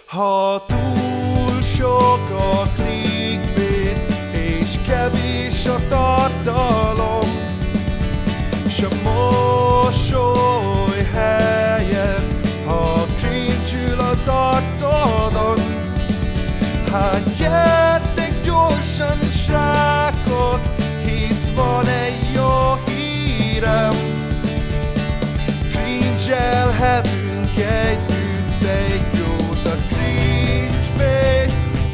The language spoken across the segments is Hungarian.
Ha túl sok a clickbait, és kevés a tartalom, s a mosoly helyett, ha cringe-ül az arcodon, hát gyertek gyorsan, srákok, hisz van egy jó hírem. Cringe-elhetünk együtt egy jót a Cringe Bait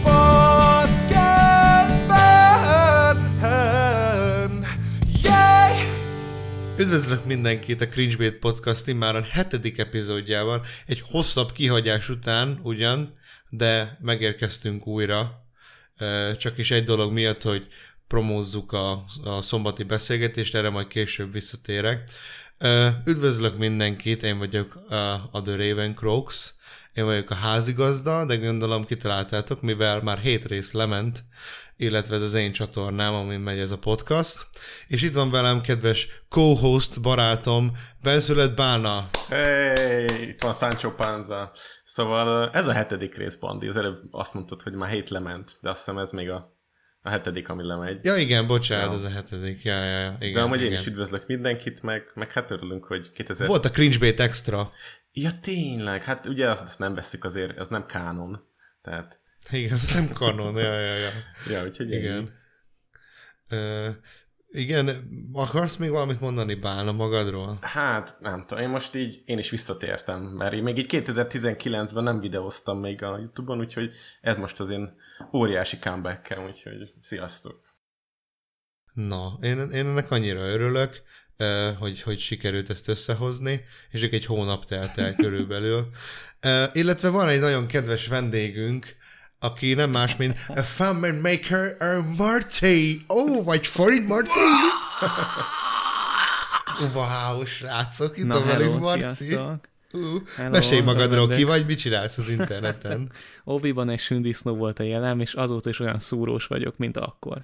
Podcastben. Yeah! Üdvözlök mindenkit a Cringe Bait Podcast immáron 7. epizódjában. Egy hosszabb kihagyás után ugyan, de megérkeztünk újra. Csak is egy dolog miatt, hogy promózzuk a szombati beszélgetést, erre majd később visszatérek. Üdvözlök mindenkit, én vagyok a The Raven Croaks, én vagyok a házigazda, de gondolom kitaláltátok, mivel már 7 rész lement, illetve ez az én csatornám, amin megy ez a podcast. És itt van velem kedves co-host, barátom, Benszület Bálna. Hey, itt van Sancho Panza. Szóval ez a 7. rész, Bandi. Az előbb azt mondtad, hogy már 7 lement, de azt hiszem ez még a 7., ami lemegy. Ja igen, bocsánat, ez a 7. Ja, igen. De amúgy igen. én is üdvözlök mindenkit, meg hát örülünk, hogy 2000... Volt a Cringe Bait Extra. Ja tényleg, hát ugye azt nem vesszük azért, ez nem kánon. Tehát... Igen, ez nem kanon, ja. Ja, úgyhogy igen. Igen, akarsz még valamit mondani, Bálna, magadról? Hát, nem tudom, én is visszatértem, mert én még így 2019-ben nem videóztam még a YouTube-on, úgyhogy ez most az én óriási comeback-kem, úgyhogy sziasztok! Na, én ennek annyira örülök, hogy sikerült ezt összehozni, és csak egy hónap telt el körülbelül. Illetve van egy nagyon kedves vendégünk, aki nem más, mint a Family Maker Marty. vagy forint Marty? Wow, srácok, itt van velünk Marci. Mesélj magadról, ki vagy, mit csinálsz az interneten? Obiban egy sündisznó volt a jelem, és azóta is olyan szúrós vagyok, mint akkor.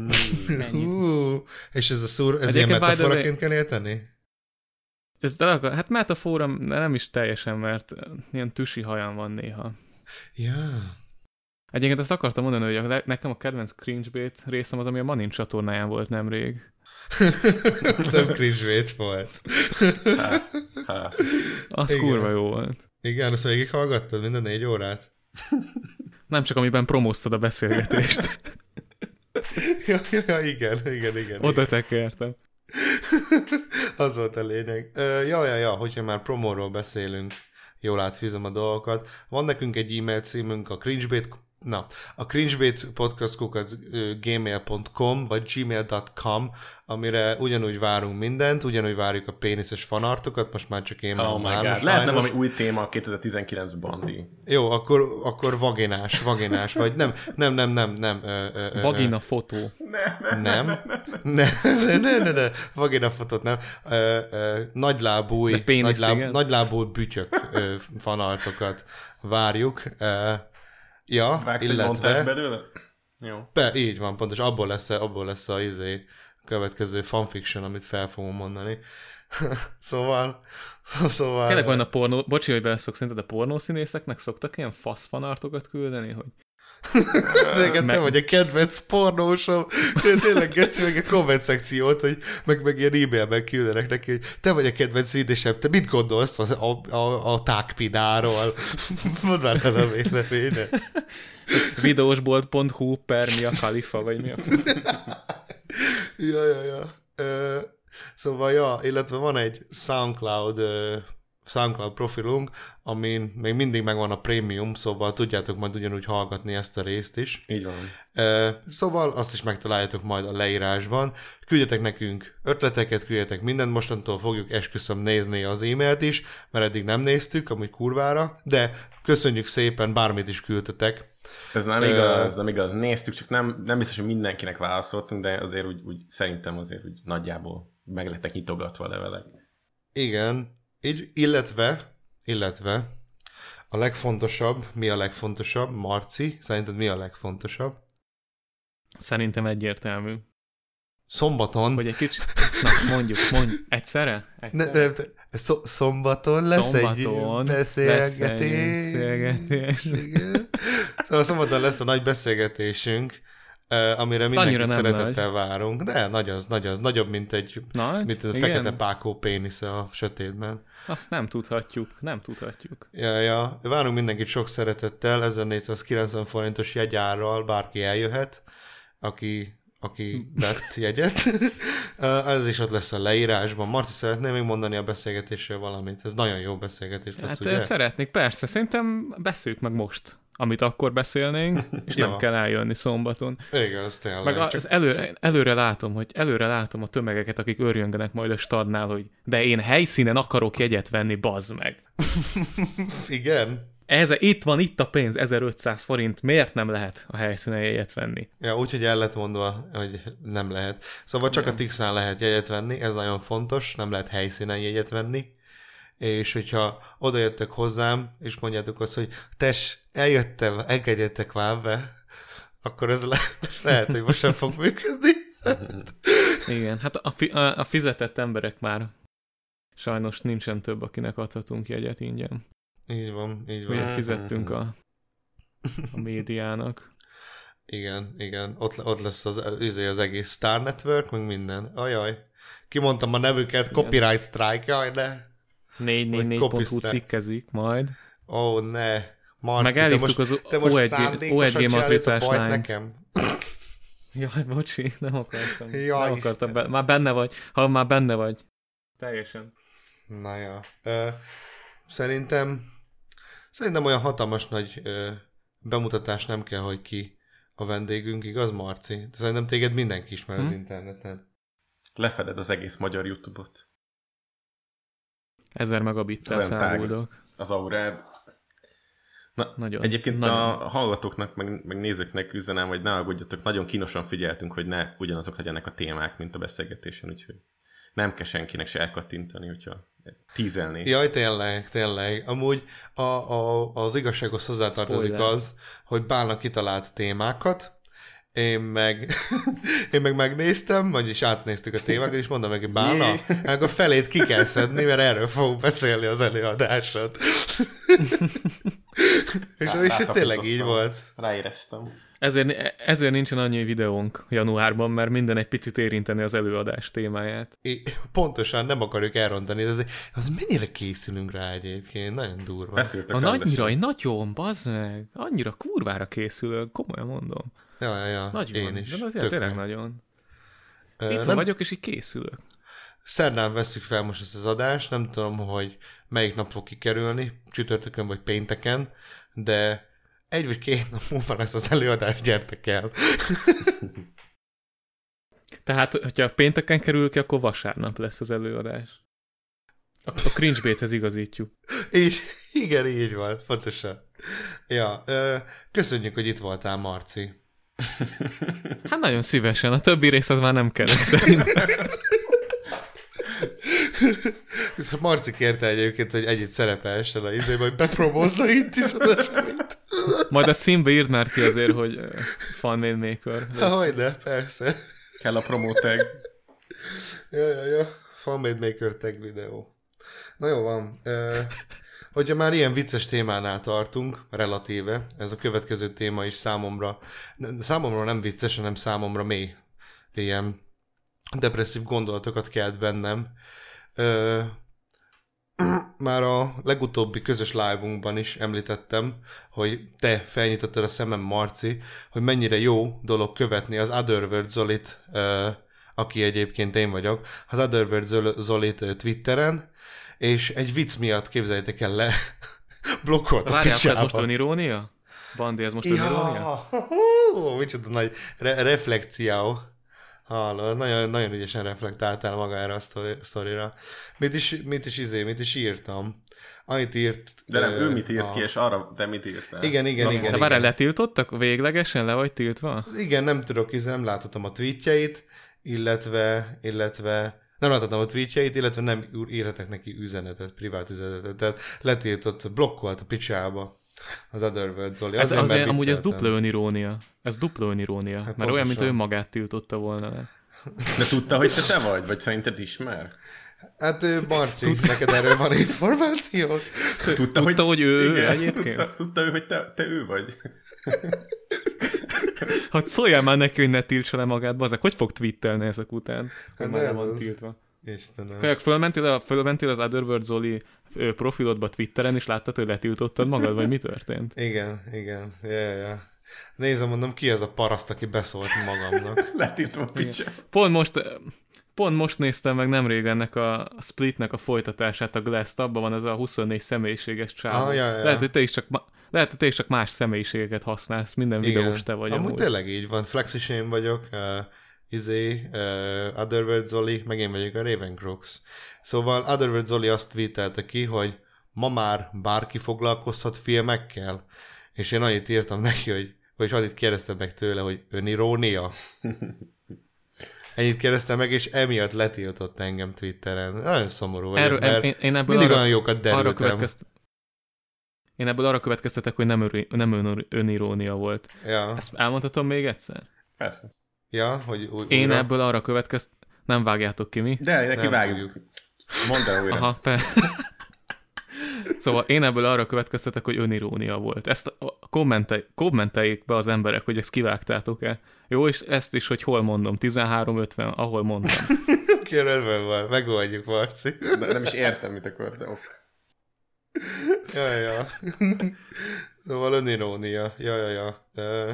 És ez ilyen metaforaként kell érteni? Hát metafora nem is teljesen, mert ilyen tüsi hajam van néha. Ja. Egyébként azt akartam mondani, hogy nekem a kedvenc Cringe Bait részem az, ami a Manin csatornáján volt nemrég. Ez nem Cringe Bait volt. Az igen. Kurva jó volt. Igen, azt végig hallgattad minden 4 órát? Nem csak amiben promóztad a beszélgetést. ja, igen. Oda tekertem. Az volt a lényeg. Hogyha már promóról beszélünk, jól átfűzöm a dolgokat. Van nekünk egy e-mail címünk, a cringebaitpodcast@gmail.com vagy gmail.com, amire ugyanúgy várunk mindent, ugyanúgy várjuk a péniszes fanartokat, most már csak én Oh my god, lehetne valami új téma a 2019 Bandi. Jó, akkor vaginás, vagy nem. Vagina fotó. Nem. Vagina fotót nem. Nagylábú bütyök fanartokat várjuk. Vágsz egy montás belőle? Jó. Így van, pontos. Abból lesz a következő fanfiction, amit fel fogom mondani. Szóval... Tényleg van a pornó... Bocsi, hogy beleszok, szerinted a pornószínészeknek szoktak ilyen fasz fanartokat küldeni, hogy... Te vagy a kedvenc pornósom. Tényleg geci meg a komment szekciót, hogy meg ilyen e-mailben küldenek neki, hogy te vagy a kedvenc édesem, te mit gondolsz a tágpináról? Mondd már el a véleményed. Videósbolt.hu per mi a kalifa, vagy mi a... Ja. Szóval, illetve van egy SoundCloud profilunk, amin még mindig megvan a prémium, szóval tudjátok majd ugyanúgy hallgatni ezt a részt is. Így van. Szóval azt is megtaláljátok majd a leírásban. Küldjetek nekünk ötleteket, küldjetek mindent, mostantól fogjuk esküszöm nézni az e-mailt is, mert eddig nem néztük, amúgy kurvára, de köszönjük szépen, bármit is küldtetek. Ez nem igaz. Néztük, csak nem biztos, hogy mindenkinek válaszoltunk, de azért úgy szerintem azért úgy nagyjából meg lettek nyitogatva a levelek. Igen, illetve a legfontosabb, mi a legfontosabb? Marci, szerinted mi a legfontosabb? Szerintem egyértelmű. szombaton... Hogy egy kicsit... Na, mondjuk, egyszerre? Szombaton lesz szombaton egy beszélgetés. Igen. Szóval szombaton lesz a nagy beszélgetésünk, amire mindenkit szeretettel várunk. De nagy az. Nagyobb, mint egy fekete pákó pénisze a sötétben. Azt nem tudhatjuk. Ja. Várunk mindenkit sok szeretettel, 1490 forintos jegyárral bárki eljöhet, aki vett jegyet. Ez is ott lesz a leírásban. Marci, szeretném még mondani a beszélgetésről valamit? Ez nagyon jó beszélgetés lesz, ugye? Szeretnék, persze. Szerintem beszéljük meg most, amit akkor beszélnénk, és nem kell eljönni szombaton. Igaz, tényleg. Meg előre látom a tömegeket, akik örjöngenek majd a stadnál, hogy de én helyszínen akarok jegyet venni, bazd meg. Igen? Itt a pénz, 1500 forint, miért nem lehet a helyszínen jegyet venni? Ja, úgyhogy el lett mondva, hogy nem lehet. Szóval csak a Tixán lehet jegyet venni, ez nagyon fontos, nem lehet helyszínen jegyet venni. És hogyha odajöttek hozzám, és mondjátok azt, hogy eljöttem, engedjetek már be, akkor ez lehet, hogy most sem fog működni. Igen, hát a fizetett emberek már sajnos nincsen több, akinek adhatunk jegyet ingyen. Így van. Ugye fizettünk a médiának. Igen. Ott lesz az egész Star Network, meg minden. Ajaj. Kimondtam a nevüket, igen. Copyright strike, jaj, ne. 444.hu cikkezik majd. Ó, ne. Marci, meg elhívtuk az O1G matricás lányt. Nekem. Jaj, bocsi, nem akartam. Nem akartam. Már benne vagy. Ha már benne vagy. Teljesen. Na ja. Szerintem olyan hatalmas nagy bemutatás nem kell, hogy ki a vendégünk, igaz, Marci? De szerintem téged mindenki ismer az interneten. Lefeded az egész magyar YouTube-ot. 1000 megabittel száguldok. Az aurád. Egyébként a hallgatóknak, meg nézőknek üzenem, hogy ne aggódjatok, nagyon kínosan figyeltünk, hogy ne ugyanazok legyenek a témák, mint a beszélgetésen, úgyhogy nem kell senkinek se elkattintani, hogyha tízelni. Jaj, tényleg. Amúgy az igazsághoz hozzátartozik az, hogy Bálna kitalált témákat, én meg megnéztem, vagyis átnéztük a témákat, és mondom meg, hogy Bálna, a felét ki kell szedni, mert erről fogunk beszélni az előadáson. És ez tényleg így volt. Ráéreztem. Ezért nincsen annyi videónk januárban, mert minden egy picit érinteni az előadás témáját. Pontosan, nem akarjuk elrontani, de az mennyire készülünk rá egyébként, nagyon durva. Nagyon, bazd meg, annyira kurvára készülök, komolyan mondom. Ja, nagyon, én is. De azért tényleg nagyon. Itt vagyok, és így készülök. Szerdán vesszük fel most ezt az adást, nem tudom, hogy melyik nap fog kikerülni, csütörtökön vagy pénteken, de 1 vagy 2 nap múlva lesz az előadás, gyertek el. Tehát, hogyha pénteken kerül ki, akkor vasárnap lesz az előadás. A cringebait-hez igazítjuk. Igen, így van, pontosan. Ja, köszönjük, hogy itt voltál, Marci. Hát nagyon szívesen, a többi részt már nem kell szerintem. Marci kérte egyébként, hogy együtt szerepelsen a izébe, hogy bepromózza itt is az eseményt. Majd a címbe írd már ki azért, hogy Fanmade Maker. Hogyne, persze. Kell a promo tag. Ja. Fanmade Maker tag videó. Na jó van. Hogyha már ilyen vicces témánál tartunk, relatíve, ez a következő téma is számomra nem vicces, hanem számomra mély. Ilyen depresszív gondolatokat kelt bennem. Már a legutóbbi közös live-unkban is említettem, hogy te felnyitottad a szemem, Marci, hogy mennyire jó dolog követni az Otherworld Zolit, aki egyébként én vagyok, az Otherworld Zolit Twitteren, és egy vicc miatt, képzeljétek el, blokkolt a picsába. Ez most önirónia? Bandi, ez most önirónia? Micsoda nagy reflekció. Hallod, nagyon ügyesen reflektáltál magára a sztorira. Mit is írtam? Annyit írt... De nem, ő mit írt ki, és arra te mit írtál? Igen. De várjál, letiltottak? Véglegesen le vagy tiltva? Igen, nem láthatom a tweetjeit, illetve nem láthatom a tweetjeit, illetve nem írhatok neki privát üzenetet. Tehát letiltott, blokkolt a picsába az Otherworld Zoli. Amúgy ez dupla önirónia. Ez dupla önirónia. Hát mert olyan, mint ő magát tiltotta volna le. De tudta, hogy te vagy? Vagy szerinted ismer? Hát Marci, neked erről van információ? Tudta, hogy ő igen, egyébként? Tudta ő, hogy te ő vagy. Hát szóljál már neki, hogy ne tiltsa le magát, bazzák. Hogy fog twittelni ezek után? Hogy már nem le van az. tiltva. Istenem. Kajak, fölmentél az Otherworld Zoli profilodba Twitteren, és láttad, hogy letiltottad magad, vagy mi történt? Igen. Ja. Nézem, mondom, ki az a paraszt, aki beszólt magamnak. Letiltom a picsa. Pont most néztem meg nemrég ennek a Splitnek a folytatását, a Glass, abban van ez a 24 személyiséges csávó. Ja. Lehet, hogy te is csak más személyiségeket használsz, minden videós te vagy. Amúgy tényleg így van. Flexi Shane vagyok, Otherworld Zoli, meg én vagyok a Ravencrox. Szóval Otherworld Zoli azt tweetelte ki, hogy ma már bárki foglalkozhat filmekkel, és én annyit írtam neki, vagyis annyit kérdeztem meg tőle, hogy önirónia. Ennyit kérdeztem meg, és emiatt letiltott engem Twitteren. Nagyon szomorú vagyok, mert én ebből mindig olyan jókat derültem. Én ebből arra következtetek, hogy nem önirónia volt. Ja. Ezt elmondhatom még egyszer? Persze. Ja, hogy újra. Én ebből arra nem vágjátok ki, mi? De neki Nem vágjuk. Mondd el újra. Aha, Szóval én ebből arra következtetek, hogy önirónia volt. Ezt kommenteljék be az emberek, hogy ezt kivágtátok-e. Jó, és ezt is, hogy hol mondom. 13:50, ahol mondom. Oké, rendben van. Megoldjuk, Marci. De nem is értem, mit akar, de ok. Ja. Szóval önirónia. Ja.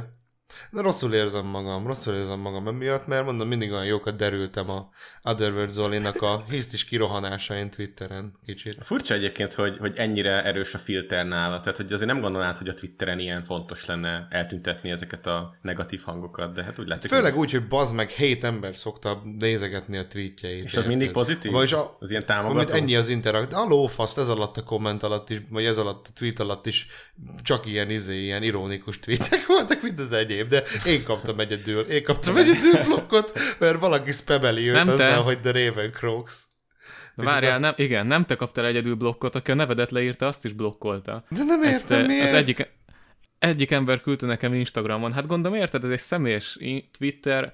De rosszul érzem magam emiatt, mert mondom, mindig olyan jókat derültem a Otherworld Zolinak a hisztis kirohanásain Twitteren kicsit. Furcsa egyébként, hogy ennyire erős a filter nála, tehát hogy azért nem gondolnád, hogy a Twitteren ilyen fontos lenne eltüntetni ezeket a negatív hangokat, de hát úgy látszik. Főleg úgy, hogy bazd meg 7 ember szokta nézegetni a tweetjeit. És az mindig pozitív? Vagyis az ilyen támogató? Amit ennyi az interakció. A lófaszt ez alatt a komment alatt is, vagy ez alatt a tweet alatt is csak ilyen ironikus tweetek voltak, mint az enyém, de én kaptam egyedül blokkot, mert valaki spameli őt azzal, hogy The Ravencrox. De várjál, nem te kaptál egyedül blokkot, aki a nevedet leírta, azt is blokkolta. De nem értem, miért? Az egyik ember küldte nekem Instagramon. Hát gondolom, érted, ez egy személyes Twitter,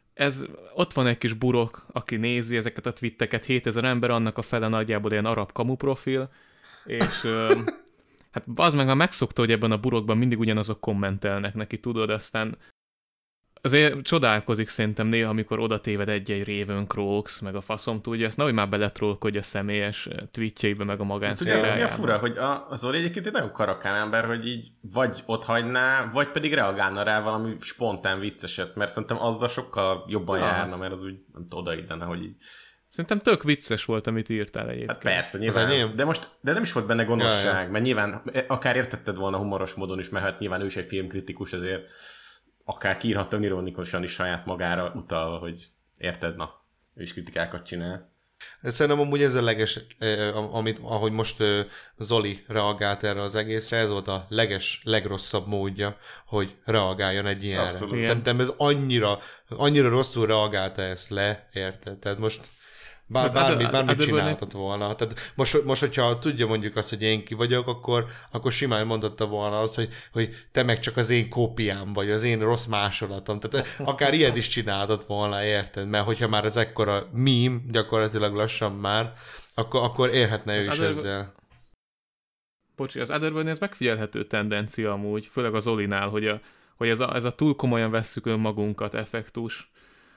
ott van egy kis burok, aki nézi ezeket a twitteket, 7000 ember, annak a fele nagyjából ilyen arab kamu profil, és hát az meg, ha megszokta, hogy ebben a burokban mindig ugyanazok kommentelnek neki, tudod, aztán azért csodálkozik szerintem néha, amikor oda téved egy Ravencrox, meg a faszom tudja, ezt nehogy már beletrollkodja a személyes tweetjeibe, meg a magánszférájába. Ugye, mi a fura, hogy a Zoli egyébként egy nagyon karakán ember, hogy így vagy ott hagyná, vagy pedig reagálna rá valami spontán vicceset, mert szerintem azzal sokkal jobban járna, mert az úgy nem tudom, odaillene, hogy így. Szerintem tök vicces volt, amit írtál egyébként. Hát persze, nyilván. De nem is volt benne gonoszság, mert nyilván akár értetted volna humoros módon is, mert hát nyilván ő is egy filmkritikus, ezért akár kiírhatta önironikusan is saját magára utalva, hogy érted, na, ő is kritikákat csinál. Szerintem amúgy ez a ahogy most Zoli reagált erre az egészre, ez volt a legrosszabb módja, hogy reagáljon egy ilyenre. Abszolút. Szerintem ez annyira rosszul reagálta ezt le, érted? Tehát most bármit csináltat volna. Tehát most, hogyha tudja mondjuk azt, hogy én ki vagyok, akkor simán mondhatta volna azt, hogy te meg csak az én kópiám vagy, az én rossz másolatom. Tehát akár ilyet is csináltat volna, érted? Mert hogyha már ez ekkora meme, gyakorlatilag lassan már, akkor élhetne ő is ezzel. Bocsi, az Otherworld-nél ez megfigyelhető tendencia amúgy, főleg az Zolinál, hogy ez a túl komolyan vesszük önmagunkat effektus.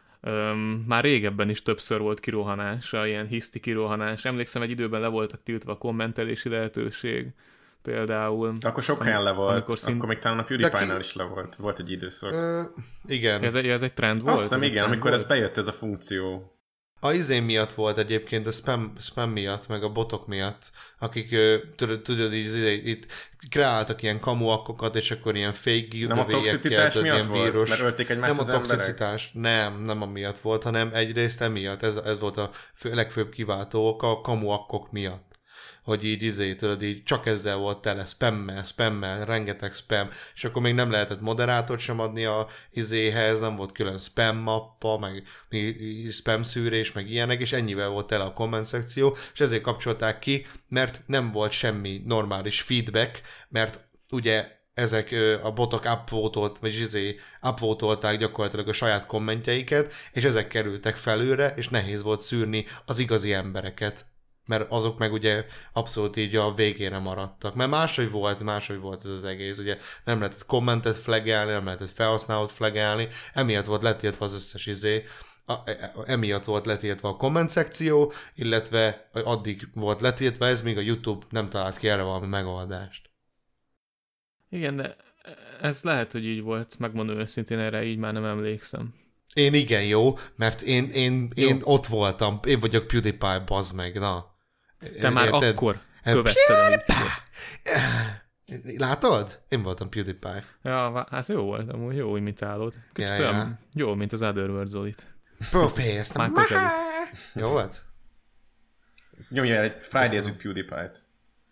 Már régebben is többször volt kirohanása, ilyen hiszti kirohanás. Emlékszem, egy időben le voltak tiltva a kommentelési lehetőség, például. Akkor sok helyen le volt, akkor még talán a PewDiePie-nál is le volt. Volt egy időszak. Igen. Ez egy trend volt? Azt hiszem, igen, amikor ez bejött ez a funkció. A izé miatt volt egyébként, a spam miatt, meg a botok miatt, akik tudod, itt kreáltak ilyen kamuakkokat, és akkor ilyen fake nem a toxicitás miatt volt? Vírus. Mert ölték egymást nem az a toxicitás, nem amiatt volt, hanem egyrészt emiatt, ez volt a legfőbb kiváltó oka, a kamuakkok miatt. Hogy így tudod, így csak ezzel volt tele, spammel, rengeteg spam, és akkor még nem lehetett moderátort sem adni a izéhez, nem volt külön spam mappa, meg spam szűrés, meg ilyenek, és ennyivel volt tele a komment szekció, és ezért kapcsolták ki, mert nem volt semmi normális feedback, mert ugye ezek a botok upvotolták gyakorlatilag a saját kommentjeiket, és ezek kerültek felőre, és nehéz volt szűrni az igazi embereket. Mert azok meg ugye abszolút így a végére maradtak. Mert máshogy volt ez az egész. Ugye nem lehetett kommentet flaggelni, nem lehetett felhasználót flaggelni, emiatt volt letiltva az összes emiatt volt letiltva a komment szekció, illetve addig volt letiltva ez, míg a YouTube nem talált ki erre valami megoldást. Igen, de ez lehet, hogy így volt, megmondom őszintén, erre így már nem emlékszem. Én igen, jó, mert én ott voltam, én vagyok PewDiePie, bazd meg, na. Te már akkor követted a YouTube-ot. Látod? Én voltam PewDiePie. Ja, hát jó volt, amúgy jó imitálod. Kicsit olyan jó, mint az Otherworld Zolit. Profész. Már közelít. Jó volt? Nyomja egy Fridays with PewDiePie-t.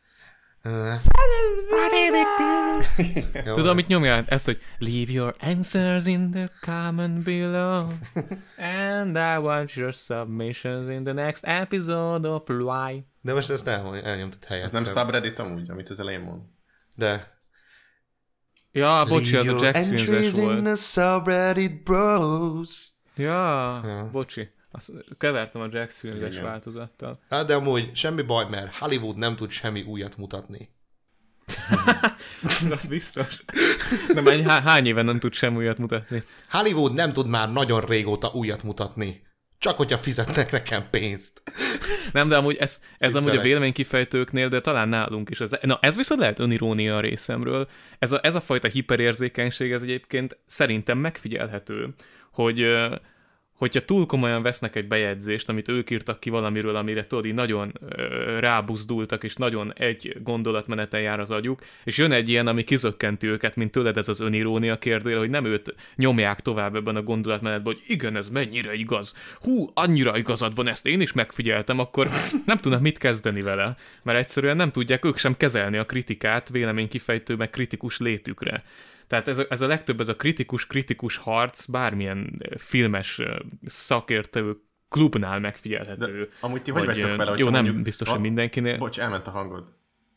Tudom, mit nyomjál? Ezt, hogy leave your answers in the comment below and I want your submissions in the next episode of Why. De most ezt elnyomtad helyet. Ez nem subreddit amúgy, amit az elején mond. De. Ja, bocsi, az a Jack Swinnes volt. in the subreddit bros. Ja, bocsi. Azt kevertem a Jack Swinnes változattal. Hát de amúgy semmi baj, mert Hollywood nem tud semmi újat mutatni. Az biztos. De már hány éven nem tud semmi újat mutatni? Hollywood nem tud már nagyon régóta újat mutatni. Csak hogyha fizetnek nekem pénzt. Nem, de amúgy ez amúgy a véleménykifejtőknél, de talán nálunk is. Ez viszont lehet önirónia a részemről. Ez a fajta hiperérzékenység, ez egyébként szerintem megfigyelhető, hogyha túl komolyan vesznek egy bejegyzést, amit ők írtak ki valamiről, amire tudod, így nagyon rábuzdultak, és nagyon egy gondolatmeneten jár az agyuk, és jön egy ilyen, ami kizökkenti őket, mint tőled ez az önirónia kérdője, hogy nem őt nyomják tovább ebben a gondolatmenetben, hogy igen, ez mennyire igaz. Hú, annyira igazad van, ezt én is megfigyeltem, akkor nem tudnak mit kezdeni vele, mert egyszerűen nem tudják ők sem kezelni a kritikát, véleménykifejtő meg kritikus létükre. Tehát ez a legtöbb, ez a kritikus harc bármilyen filmes szakértő klubnál megfigyelhető. De amúgy ti hogy vagytok vele, hogy jó, nem mondjuk, biztos, hogy mindenkinél. Bocs, elment a hangod.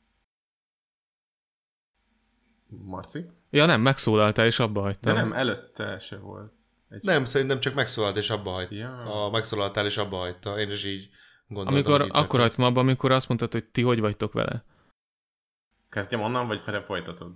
Marci? Ja nem, megszólaltál és abba hagytam. De nem, előtte se volt. Nem, szerintem csak megszólalt és abba hagyta. Ja. Megszólaltál és abba hagyta. Én is így gondoltam. Akkor hagytam abba, amikor azt mondtad, hogy ti hogy vagytok vele. Kezdjem onnan, vagy folytatod?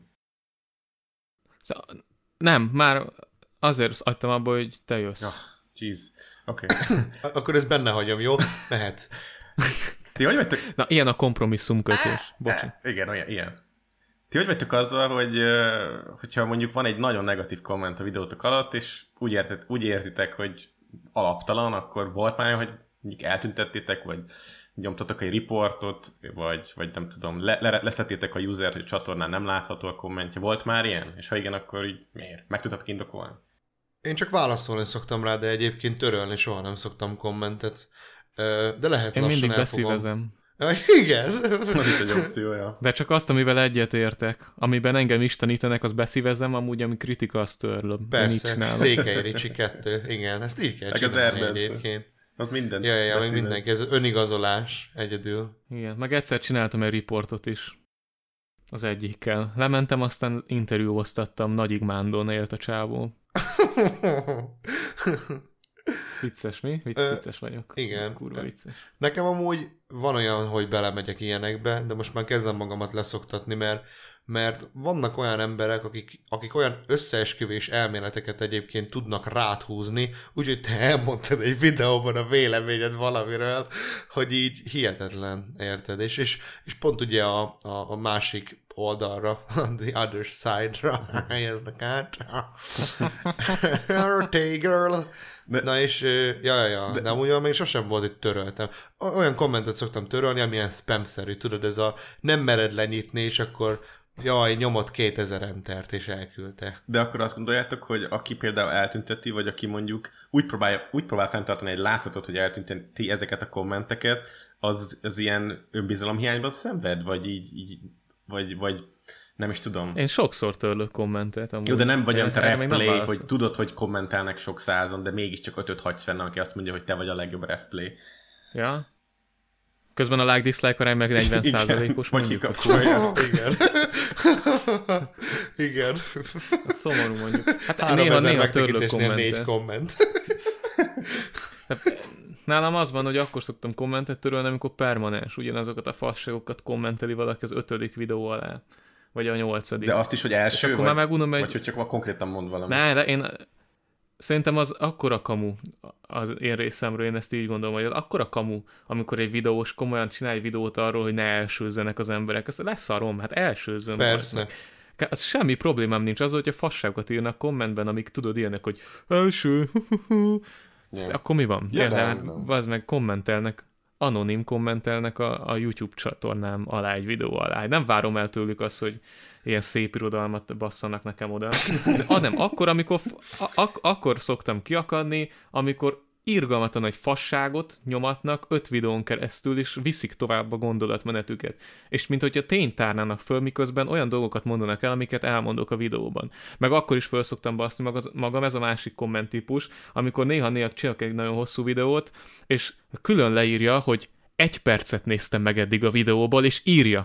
Nem, már azért adtam abba, hogy te jössz. Ja, jeez. Oké. Akkor ezt benne hagyom, jó? Mehet. Ti hogy vagytok? Na, ilyen a kompromisszumkötés. Bocsi. Igen, olyan, ilyen. Ti hogy vagytok azzal, hogyha mondjuk van egy nagyon negatív komment a videótok alatt, és úgy érzitek, hogy alaptalan, akkor volt már, hogy mondjuk eltüntettétek, vagy nyomtatok egy riportot, vagy nem tudom, leszettétek a usert, hogy a csatornán nem látható a kommentje. Volt már ilyen? És ha igen, akkor így miért? Meg tudtad indokolni? Én csak válaszolni szoktam rá, de egyébként törölni soha nem szoktam kommentet. De lehet én lassan mindig elfogom. Beszívezem. Igen. Az is egy opciója. De csak azt, amivel egyetértek. Amiben engem istenítenek, azt beszívezem, amúgy ami kritika, azt törlöm. Persze, Székely Ricsi 2. Igen, ezt így kell csinálni egyébként. Az mindent. Ja, meg mindenki, ez önigazolás egyedül. Igen, meg egyszer csináltam egy riportot is. Az egyikkel. Lementem, aztán interjúoztattam, Nagyig Mándon élt a csávó. Vicces, mi? Vicces vagyok. Igen. Kurva vicces. Nekem amúgy van olyan, hogy belemegyek ilyenekbe, de most már kezdem magamat leszoktatni, mert vannak olyan emberek, akik olyan összeesküvés elméleteket egyébként tudnak ráthúzni, úgyhogy te elmondtad egy videóban a véleményed valamiről, hogy így hihetetlen, érted? És pont ugye a másik oldalra, the other side-ra helyeznek át. Hey girl! Na és, de amúgy még sosem volt, hogy töröltem. Olyan kommentet szoktam törölni, amilyen spam-szerű, tudod, ez a nem mered lenyitni, és akkor nyomott 2000 entert, és elküldte. De akkor azt gondoljátok, hogy aki például eltünteti, vagy aki mondjuk úgy próbál fenntartani egy látszatot, hogy eltünteti ezeket a kommenteket, az ilyen önbizalomhiányban szenved, vagy így vagy nem is tudom. Én sokszor törlök kommentet. Amúgy. Jó, de nem vagy olyan te refplay, hogy tudod, hogy kommentálnak sok százon, de mégiscsak 5-öt hagysz fenn, aki azt mondja, hogy te vagy a legjobb refplay. Ja. Közben a like-dislike arány meg 40%-os mondjuk. Vagy igen. Igen. A szomorú mondjuk. Hát 3000 néha törlök megtekintésnél 4 kommentet. komment. Hát, nálam az van, hogy akkor szoktam kommentet törölni, amikor permanens ugyanazokat a fasságokat kommenteli valaki az 5. videó alá. Vagy a 8. De azt is, hogy első, akkor már megunom vagy hogy csak konkrétan mond valamit. Ne, de én szerintem az akkora kamu az én részemről, én ezt így gondolom, hogy az akkora kamu, amikor egy videós komolyan csinál egy videót arról, hogy ne elsőzzenek az emberek. Ez leszarom, hát elsőzzön. Persze. Az semmi problémám nincs az, hogyha fasságokat írnak kommentben, amik tudod ilyenek, hogy első, Yeah. akkor mi van? Ja, Hát, nem. az meg kommentelnek, anonim kommentelnek a YouTube csatornám alá egy videó alá. Nem várom el tőlük azt, hogy ilyen szép irodalmat basszanak nekem oda. Nem, akkor, amikor akkor szoktam kiakadni, amikor irgalmatlan egy fasságot nyomatnak 5 videón keresztül, és viszik tovább a gondolatmenetüket. És mint hogyha tényt tárnának föl, miközben olyan dolgokat mondanak el, amiket elmondok a videóban. Meg akkor is föl szoktam baszni magam, ez a másik kommenttípus, amikor néha csinálok egy nagyon hosszú videót, és külön leírja, hogy 1 percet néztem meg eddig a videóból, és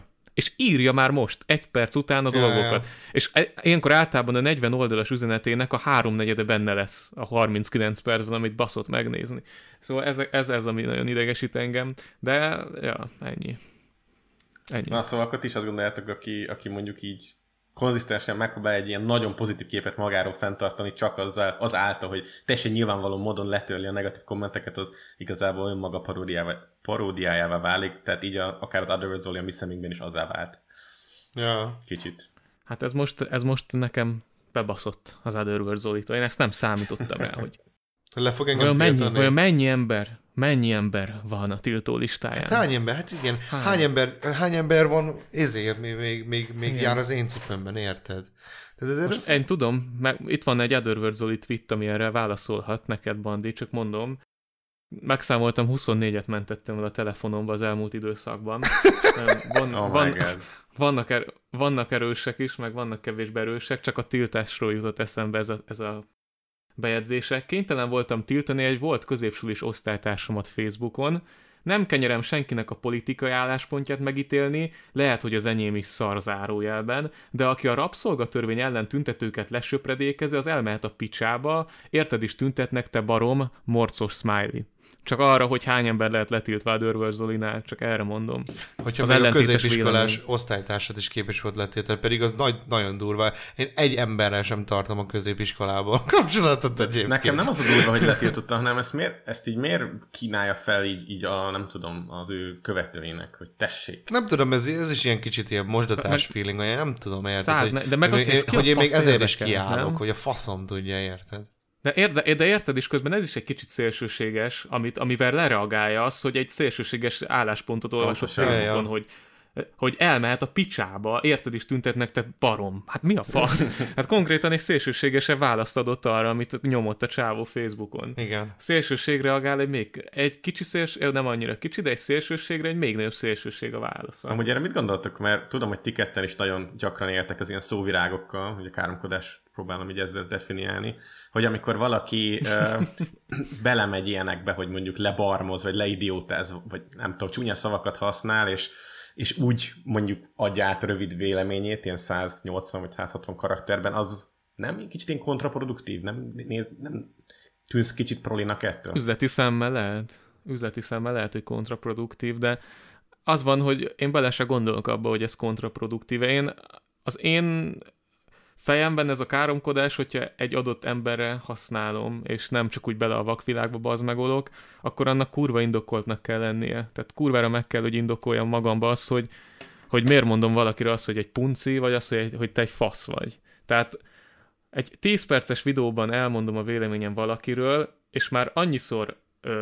írja már most, 1 perc után a dolgokat. És ilyenkor általában a 40 oldalas üzenetének a 3/4 benne lesz a 39 percben, amit baszott megnézni. Szóval ez ami nagyon idegesít engem, de ja, ennyi. Na, szóval akkor ti is azt gondoljátok, aki mondjuk így konzisztensen megpróbál egy ilyen nagyon pozitív képet magáról fenntartani, csak az által, hogy teljesen nyilvánvaló módon letörli a negatív kommenteket, az igazából önmaga paródiájává válik, tehát így akár az Otherworld Zoli a mi szemünkben is azzá vált. Ja. Kicsit. Hát ez most nekem bebaszott az Otherworld Zolitól. Én ezt nem számítottam rá, hogy Le fog engem tiltani. vajon mennyi ember van a tiltó listáján? Hát hány ember? Hát igen. Hány ember van ezért még jár az én cipőmben, érted? Most én tudom, mert itt van egy Otherworld Zoli tweet, ami erre válaszolhat neked, Bandi, csak mondom. Megszámoltam, 24-et mentettem el a telefonomba az elmúlt időszakban. Vannak erősek is, meg vannak kevésbé erősek, csak a tiltásról jutott eszembe ez a bejegyzések. Kénytelen voltam tiltani egy volt középsulis osztálytársamat Facebookon. Nem kenyerem senkinek a politikai álláspontját megítélni, lehet, hogy az enyém is szar zárójelben, de aki a rabszolgatörvény ellen tüntetőket lesöpredékezi, az elmehet a picsába, érted is tüntetnek, te barom, morcos smiley. Csak arra, hogy hány ember lehet letiltva a Otherworld Zolinál, csak erre mondom. Hogyha még a középiskolás osztálytársat is képes volt letiltani, pedig az nagyon durva. Én egy emberrel sem tartom a középiskolában kapcsolatot egyébként. Nekem nem az a durva, hogy letiltotta, hanem ezt így miért kínálja fel így nem tudom, az ő követőinek, hogy tessék. Nem tudom, ez is ilyen kicsit ilyen mosdatás feeling, vagy nem tudom, érted? De meg hogy én még ezért is kiállok, nem? Hogy a faszom tudja, érted? De érted is, közben ez is egy kicsit szélsőséges, amivel lereagálja az, hogy egy szélsőséges álláspontot olvasott Facebookon, hogy elmehet a picsába, érted is tüntetnek, te barom. Hát mi a fasz? Hát konkrétan egy szélsőségesen választ adott arra, amit nyomott a csávó Facebookon. Igen. Szélsőség reagál egy kicsi szélsőség, nem annyira kicsi, de egy szélsőségre egy még nagyobb szélsőség a válasz. Amúgy erre mit gondoltok? Mert tudom, hogy ti ketten is nagyon gyakran éltek az ilyen szóvirágokkal, hogy a káromkodás próbálom így ezzel definiálni, hogy amikor valaki belemegy ilyenekbe, hogy mondjuk lebarmoz, vagy leidiótáz, vagy nem tudom, csúnya szavakat használ, és úgy mondjuk adja át rövid véleményét, ilyen 180 vagy 160 karakterben, az nem kicsit ilyen kontraproduktív? Nem tűnsz kicsit prolinak ettől? Üzleti szemmel lehet, hogy kontraproduktív, de az van, hogy én bele se gondolok abba, hogy ez kontraproduktív. Az én fejemben ez a káromkodás, hogyha egy adott emberre használom, és nem csak úgy bele a vakvilágba bazmegolok, akkor annak kurva indokoltnak kell lennie. Tehát kurvára meg kell, hogy indokoljam magamba azt, hogy miért mondom valakire azt, hogy egy punci, vagy azt, hogy te egy fasz vagy. Tehát egy 10 perces videóban elmondom a véleményem valakiről, és már annyiszor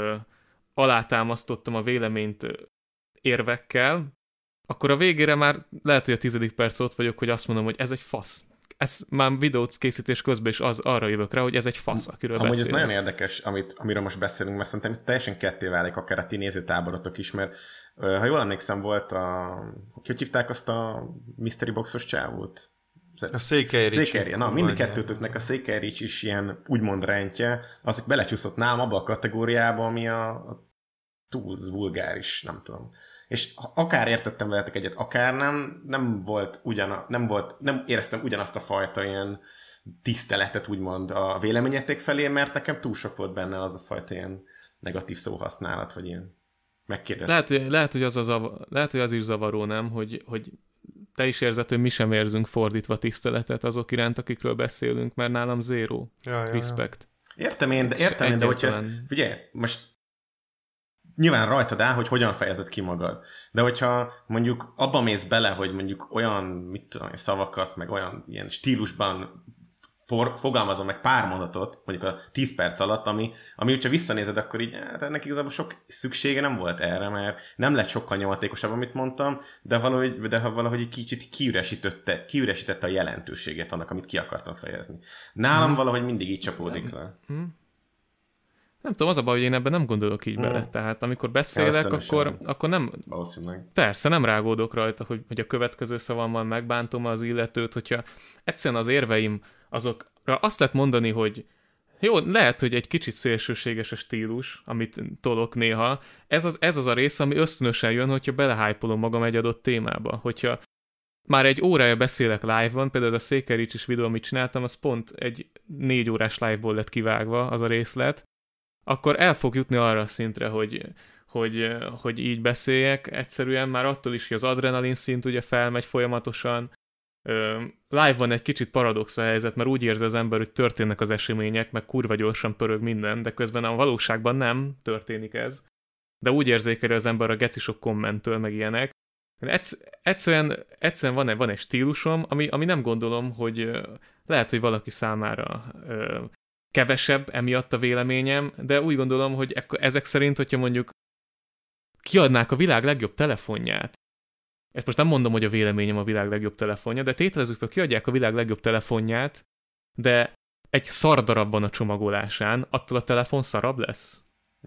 alátámasztottam a véleményt érvekkel, akkor a végére már lehet, hogy a 10. perc ott vagyok, hogy azt mondom, hogy ez egy fasz. Ez már videót készítés közben is arra jövök rá, hogy ez egy fasz, akiről beszélünk. Amúgy ez nagyon érdekes, amiről most beszélünk, mert szerintem teljesen ketté válik akár a ti nézőtáborotok is, mert ha jól emlékszem, volt hogy hívták azt a Mystery Boxos csávót? A Székely Ricsi. Na, mind a kettőtöknek a Székely Ricsi is ilyen úgymond rendje, az belecsúszott nálam abba a kategóriába, ami a túl vulgáris, nem tudom. És akár értettem veletek egyet, akár nem éreztem ugyanazt a fajta ilyen tiszteletet úgymond a véleményetek felé, mert nekem túl sok volt benne az a fajta ilyen negatív szóhasználat, vagy ilyen megkérdezés. Lehet, hogy az is zavaró, nem? Hogy te is érzed, hogy mi sem érzünk fordítva tiszteletet azok iránt, akikről beszélünk, mert nálam zero respect. Értem én, de hogyha ezt, figyelj, most nyilván rajtad áll, hogy hogyan fejezed ki magad. De hogyha mondjuk abba mész bele, hogy mondjuk olyan, mit tudom, szavakat, meg olyan ilyen stílusban fogalmazom meg pár mondatot, mondjuk a 10 perc alatt, ami hogyha visszanézed, akkor így, hát ennek igazából sok szüksége nem volt erre, mert nem lett sokkal nyomatékosabb, amit mondtam, de valahogy egy kicsit kiüresítette a jelentőségét annak, amit ki akartam fejezni. Nálam valahogy mindig így csapódik le. Nem tudom, az a baj, hogy én ebben nem gondolok így bele. Tehát amikor beszélek, akkor nem... Valószínűleg. Persze, nem rágódok rajta, hogy a következő szavammal megbántom az illetőt, hogyha egyszerűen az érveim azokra azt lehet mondani, hogy jó, lehet, hogy egy kicsit szélsőséges a stílus, amit tolok néha. Ez az a rész, ami ösztönösen jön, hogyha belehájpolom magam egy adott témába. Hogyha már egy órája beszélek live-ban, például az a Székely Ricsis videó, amit csináltam, az pont egy 4 órás live-ból lett kivágva az a részlet, akkor el fog jutni arra a szintre, hogy így beszéljek. Egyszerűen már attól is, hogy az adrenalin szint ugye felmegy folyamatosan. Live-ban egy kicsit paradox a helyzet, mert úgy érzi az ember, hogy történnek az események, meg kurva gyorsan pörög minden, de közben a valóságban nem történik ez. De úgy érzékeli az ember a gecisok kommenttől, meg ilyenek. Egyszerűen van egy stílusom, ami nem gondolom, hogy lehet, hogy valaki számára kevesebb emiatt a véleményem, de úgy gondolom, hogy ezek szerint, hogyha mondjuk kiadnák a világ legjobb telefonját, ezt most nem mondom, hogy a véleményem a világ legjobb telefonja, de tételezzük fel, kiadják a világ legjobb telefonját, de egy szardarab van a csomagolásán, attól a telefon szarabb lesz?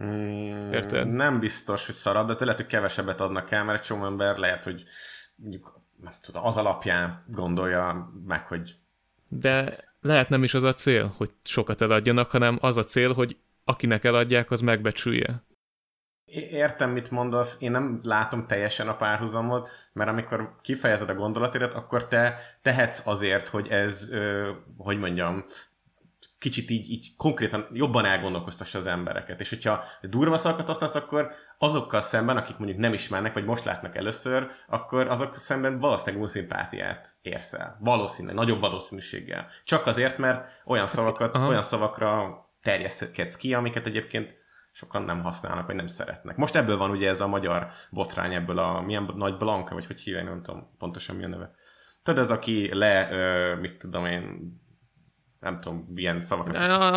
Érted? Nem biztos, hogy szarabb, de lehet, hogy kevesebbet adnak el, mert egy csomó ember lehet, hogy mondjuk, nem tudom, az alapján gondolja meg, hogy de lehet nem is az a cél, hogy sokat eladjanak, hanem az a cél, hogy akinek eladják, az megbecsülje. Értem, mit mondasz, én nem látom teljesen a párhuzamot, mert amikor kifejezed a gondolatéret, akkor te tehetsz azért, hogy ez, hogy mondjam, kicsit így konkrétan jobban elgondolkoztassa az embereket. És hogyha durva szavakat használsz, akkor azokkal szemben, akik mondjuk nem ismernek, vagy most látnak először, akkor azok szemben valószínűleg szimpátiát érsz el. Valószínűleg, nagyobb valószínűséggel. Csak azért, mert olyan szavakra terjeszkedsz ki, amiket egyébként sokan nem használnak, vagy nem szeretnek. Most ebből van ugye ez a magyar botrány, ebből a milyen Nagy Blanka, vagy hogy hívják, nem tudom pontosan milyen neve. Tudod, ez aki mit tudom én, nem tudom, milyen szavakat.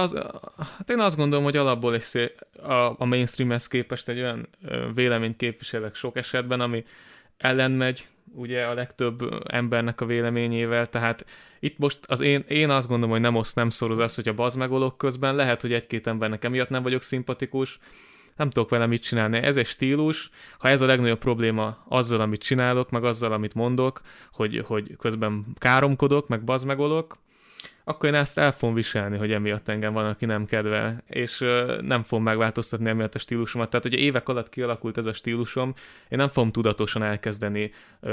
Hát én azt gondolom, hogy alapból a mainstreamhez képest egy olyan véleményt képviselek sok esetben, ami ellenmegy ugye a legtöbb embernek a véleményével, tehát itt most én azt gondolom, hogy nem szoroz az, hogy a bazmegolok közben lehet, hogy egy-két embernek emiatt nem vagyok szimpatikus, nem tudok vele mit csinálni. Ez egy stílus, ha ez a legnagyobb probléma azzal, amit csinálok, meg azzal, amit mondok, hogy közben káromkodok, meg bazmegolok, akkor én ezt el fogom viselni, hogy emiatt engem van, aki nem kedvel, és nem fogom megváltoztatni emiatt a stílusomat. Tehát, hogyha évek alatt kialakult ez a stílusom, én nem fogom tudatosan elkezdeni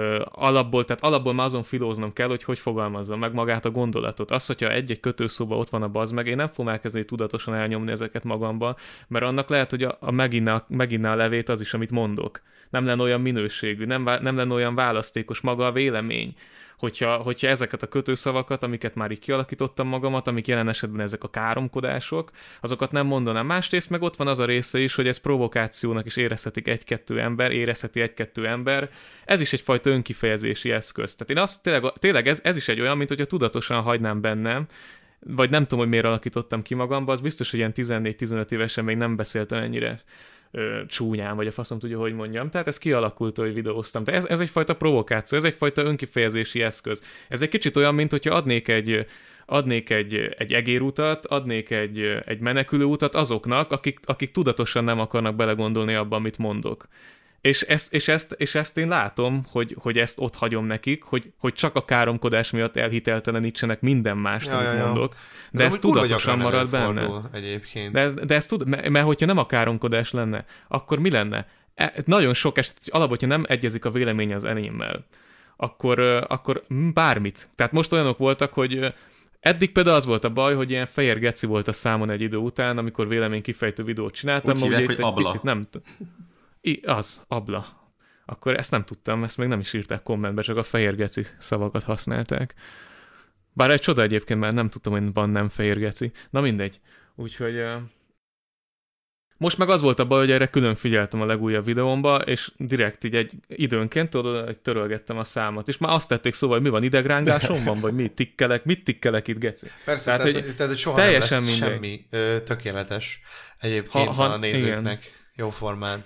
alapból már azon filóznom kell, hogy fogalmazzam meg magát a gondolatot. Az, hogyha egy-egy kötőszóba ott van a bazd meg, én nem fogom elkezdeni tudatosan elnyomni ezeket magamba, mert annak lehet, hogy meginná a levét az is, amit mondok. Nem lenne olyan minőségű, nem lenne olyan választékos maga a vélemény. Hogyha ezeket a kötőszavakat, amiket már így kialakítottam magamat, amik jelen esetben ezek a káromkodások, azokat nem mondanám. Másrészt meg ott van az a része is, hogy ez provokációnak is érezheti egy-kettő ember. Ez is egyfajta önkifejezési eszköz. Tehát én azt tényleg ez is egy olyan, mint hogyha tudatosan hagynám bennem, vagy nem tudom, hogy miért alakítottam ki magamba, az biztos, hogy ilyen 14-15 évesen még nem beszéltem ennyire csúnyán, vagy a faszom tudja, hogy mondjam. Tehát ez kialakult, hogy videóztam. Tehát ez egyfajta provokáció, ez egyfajta önkifejezési eszköz. Ez egy kicsit olyan, mint hogyha adnék egy egérutat, adnék egy menekülőutat azoknak, akik tudatosan nem akarnak belegondolni abba, amit mondok. És ezt én látom, hogy ezt ott hagyom nekik, hogy csak a káromkodás miatt elhiteltelenítsenek minden mást, amit mondok. De ez tudatosan marad benne. Egyébként. De ez mert hogyha nem a káromkodás lenne, akkor mi lenne? Nagyon sok eset, alapból, hogyha nem egyezik a vélemény az enyémmel, akkor bármit. Tehát most olyanok voltak, hogy eddig például az volt a baj, hogy ilyen fehér geci volt a számon egy idő után, amikor véleménykifejtő videót csináltam. Úgy hívják, hogy abla. Picit nem az, abla. Akkor ezt nem tudtam, ezt még nem is írták kommentbe, csak a fehér geci szavakat használták. Bár egy csoda egyébként, mert nem tudtam, hogy van nem fehér geci. Na mindegy. Úgyhogy... Most meg az volt a baj, hogy erre külön figyeltem a legújabb videómba, és direkt így egy időnként törölgettem a számot, és már azt tették szóval, hogy mi van, idegrángásom van, vagy mit tikkelek itt, geci. Persze, tehát soha nem lesz semmi tökéletes egyébként a nézőknek igen. Jóformán.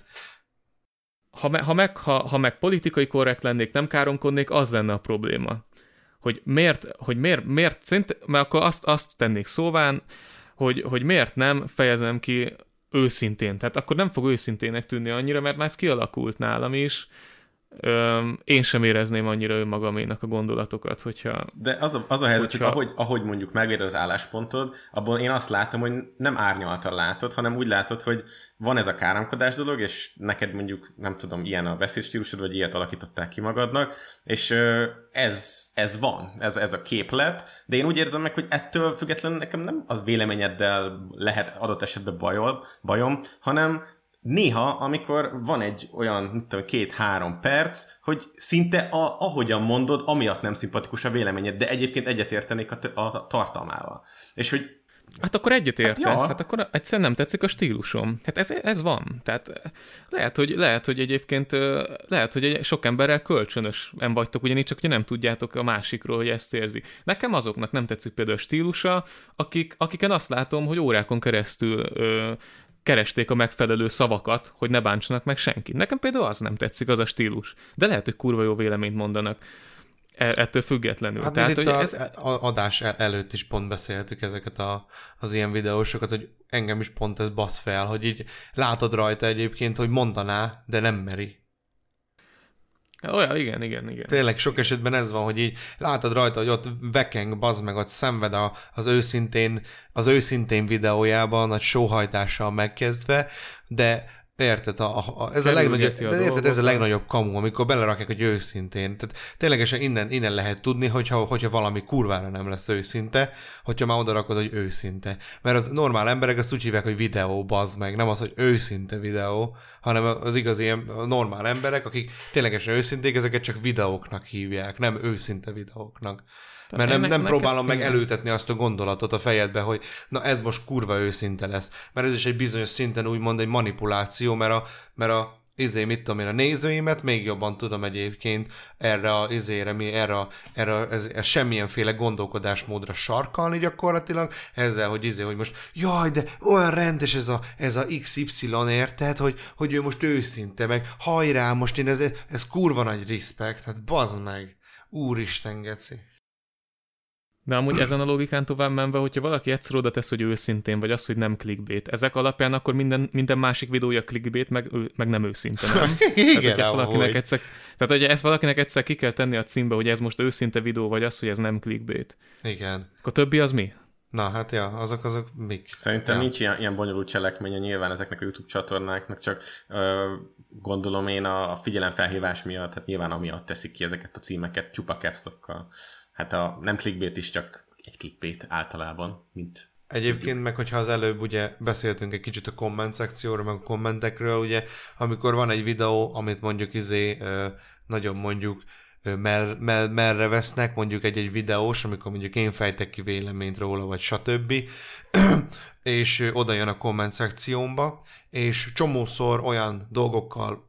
Ha meg politikai korrekt lennék, nem káromkodnék, az lenne a probléma. Hogy miért mert akkor azt tennék szóván, hogy miért nem fejezem ki őszintén. Tehát akkor nem fog őszintének tűnni annyira, mert már ez kialakult nálam is. Én sem érezném annyira önmagaménak a gondolatokat, hogyha... De az a helyzet, hogy ahogy mondjuk megvéd az álláspontod, abból én azt látom, hogy nem árnyaltan látod, hanem úgy látod, hogy van ez a káromkodás dolog, és neked mondjuk, nem tudom, ilyen a beszédstílusod, vagy ilyet alakították ki magadnak, és ez van, ez a képlet, de én úgy érzem meg, hogy ettől függetlenül nekem nem az véleményeddel lehet adott esetben bajom, hanem néha, amikor van egy olyan, nem tudom, 2-3 perc, hogy szinte ahogyan mondod, amiatt nem szimpatikus a véleményed, de egyébként egyetértenék a tartalmával. És hogy hát akkor egyetértesz, hát akkor egyszerűen nem tetszik a stílusom. Hát ez van. Tehát lehet, hogy egyébként hogy sok emberrel kölcsönösen vagytok, ugyanígy csak ugye nem tudjátok a másikról, hogy ezt érzi. Nekem azoknak nem tetszik például a stílusa, akiken azt látom, hogy órákon keresztül keresték a megfelelő szavakat, hogy ne bántsanak meg senkit. Nekem például az nem tetszik, az a stílus. De lehet, hogy kurva jó véleményt mondanak. Ettől függetlenül. Hát tehát, hogy az adás előtt is pont beszéltük ezeket az ilyen videósokat, hogy engem is pont ez basz fel, hogy így látod rajta egyébként, hogy mondaná, de nem meri. Olyan, igen. Tényleg sok esetben ez van, hogy így látod rajta, hogy ott vekeng, bazd meg, ott szenved az őszintén videójában, nagy sóhajtással megkezdve, de érted, ez a legnagyobb kamu, amikor belerakják, hogy őszintén. Tehát ténylegesen innen lehet tudni, hogyha valami kurvára nem lesz őszinte, hogyha már odarakod, hogy őszinte. Mert az normál emberek azt úgy hívják, hogy videó, bazd meg, nem az, hogy őszinte videó, hanem az igazi ilyen normál emberek, akik ténylegesen őszinték, ezeket csak videóknak hívják, nem őszinte videóknak. Mert nem próbálom meg elültetni azt a gondolatot a fejedbe, hogy na ez most kurva őszinte lesz. Mert ez is egy bizonyos szinten úgymond egy manipuláció, mert a nézőimet még jobban tudom egyébként erre semmilyenféle gondolkodásmódra sarkalni gyakorlatilag, ezzel, hogy most jaj, de olyan rendes ez a XY, érted, hogy ő most őszinte, meg hajrá, most én ez kurva nagy respekt, hát bazd meg, úristen geci. De amúgy ezen a logikán tovább menve, hogyha valaki egyszer oda tesz, hogy őszintén, vagy az, hogy nem clickbait, ezek alapján akkor minden másik videója clickbait, meg nem őszinte, nem? Igen, tehát, hogy ezt valakinek egyszer ki kell tenni a címbe, hogy ez most őszinte videó, vagy az, hogy ez nem clickbait. Igen. Akkor többi az mi? Na, hát ja, azok mik? Szerintem nincs ilyen bonyolult cselekménye nyilván ezeknek a YouTube csatornáknak, csak gondolom én a figyelemfelhívás miatt, hát nyilván amiatt teszik ki ezeket a címeket csupa caps lockkal. Hát a nem clickbait is csak egy clickbait általában, mint... Egyébként meg, hogyha az előbb ugye beszéltünk egy kicsit a komment szekcióról, meg a kommentekről, ugye, amikor van egy videó, amit mondjuk nagyon mondjuk merre vesznek, mondjuk egy videós, amikor mondjuk én fejtek ki véleményt róla, vagy stb. És oda jön a komment szekciómba, és csomószor olyan dolgokkal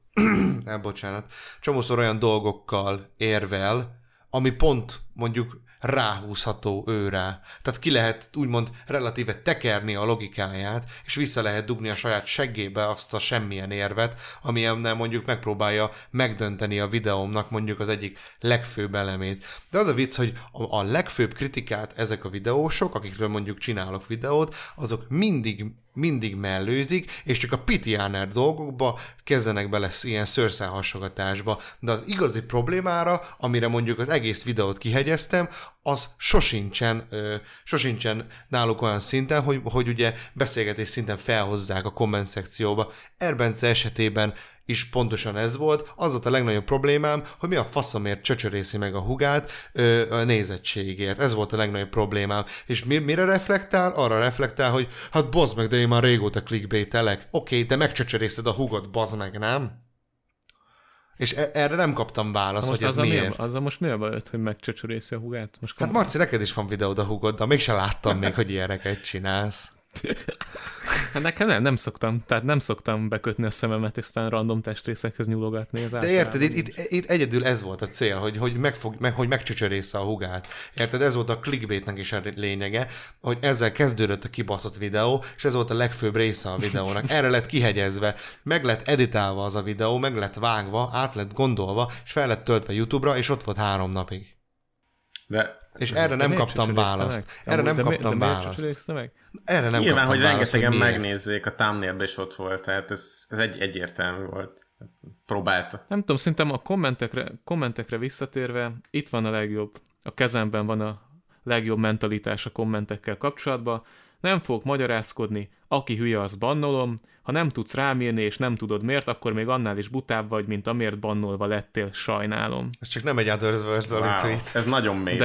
érvel, ami pont mondjuk ráhúzható őrá. Tehát ki lehet úgymond relatíve tekerni a logikáját, és vissza lehet dugni a saját seggébe azt a semmilyen érvet, amilyennel mondjuk megpróbálja megdönteni a videómnak mondjuk az egyik legfőbb elemét. De az a vicc, hogy a legfőbb kritikát ezek a videósok, akikről mondjuk csinálok videót, azok mindig mindig mellőzik, és csak a pitiáner dolgokba kezdenek bele ilyen szőrszálhasogatásba. De az igazi problémára, amire mondjuk az egész videót kihegyeztem, az sosincsen náluk olyan szinten, hogy ugye beszélgetés szinten felhozzák a komment szekcióba. Erbence esetében is pontosan ez volt. Az volt a legnagyobb problémám, hogy mi a faszomért csöcsörészi meg a hugát a nézettségért. Ez volt a legnagyobb problémám. És mire reflektál? Arra reflektál, hogy hát bazd meg, de én már régóta clickbaitelek. Oké, de megcsöcsörészed a hugot, bazd meg, nem? És erre nem kaptam választ, hogy ez miért. Azzal most mi a baj, hogy megcsöcsörészi a hugát? Most hát Marci, neked is van videód a hugoddal, mégse láttam még, hogy ilyeneket csinálsz. Hát nekem nem szoktam. Tehát nem szoktam bekötni a szememet, és aztán random testrészekhez nyúlogatni. De érted, itt egyedül ez volt a cél, hogy megcsöcsörészze a hugát. Érted, ez volt a clickbaitnek is a lényege, hogy ezzel kezdődött a kibaszott videó, és ez volt a legfőbb része a videónak. Erre lett kihegyezve, meg lett editálva az a videó, meg lett vágva, át lett gondolva, és fel lett töltve YouTube-ra, és ott volt 3 napig. És erre nem kaptam választ. Erre nem kaptam választ. Erre nem nyilván, hogy rengetegen hogy megnézzék, a thumbnailben is ott volt, tehát ez egyértelmű volt. Próbálta. Nem tudom, szerintem a kommentekre visszatérve, itt van a legjobb, a kezemben van a legjobb mentalitás a kommentekkel kapcsolatban. Nem fogok magyarázkodni, aki hülye, az bannolom, ha nem tudsz rám írni, és nem tudod miért, akkor még annál is butább vagy, mint amiért bannolva lettél, sajnálom. Ez csak nem egy others tweet. Ez nagyon mély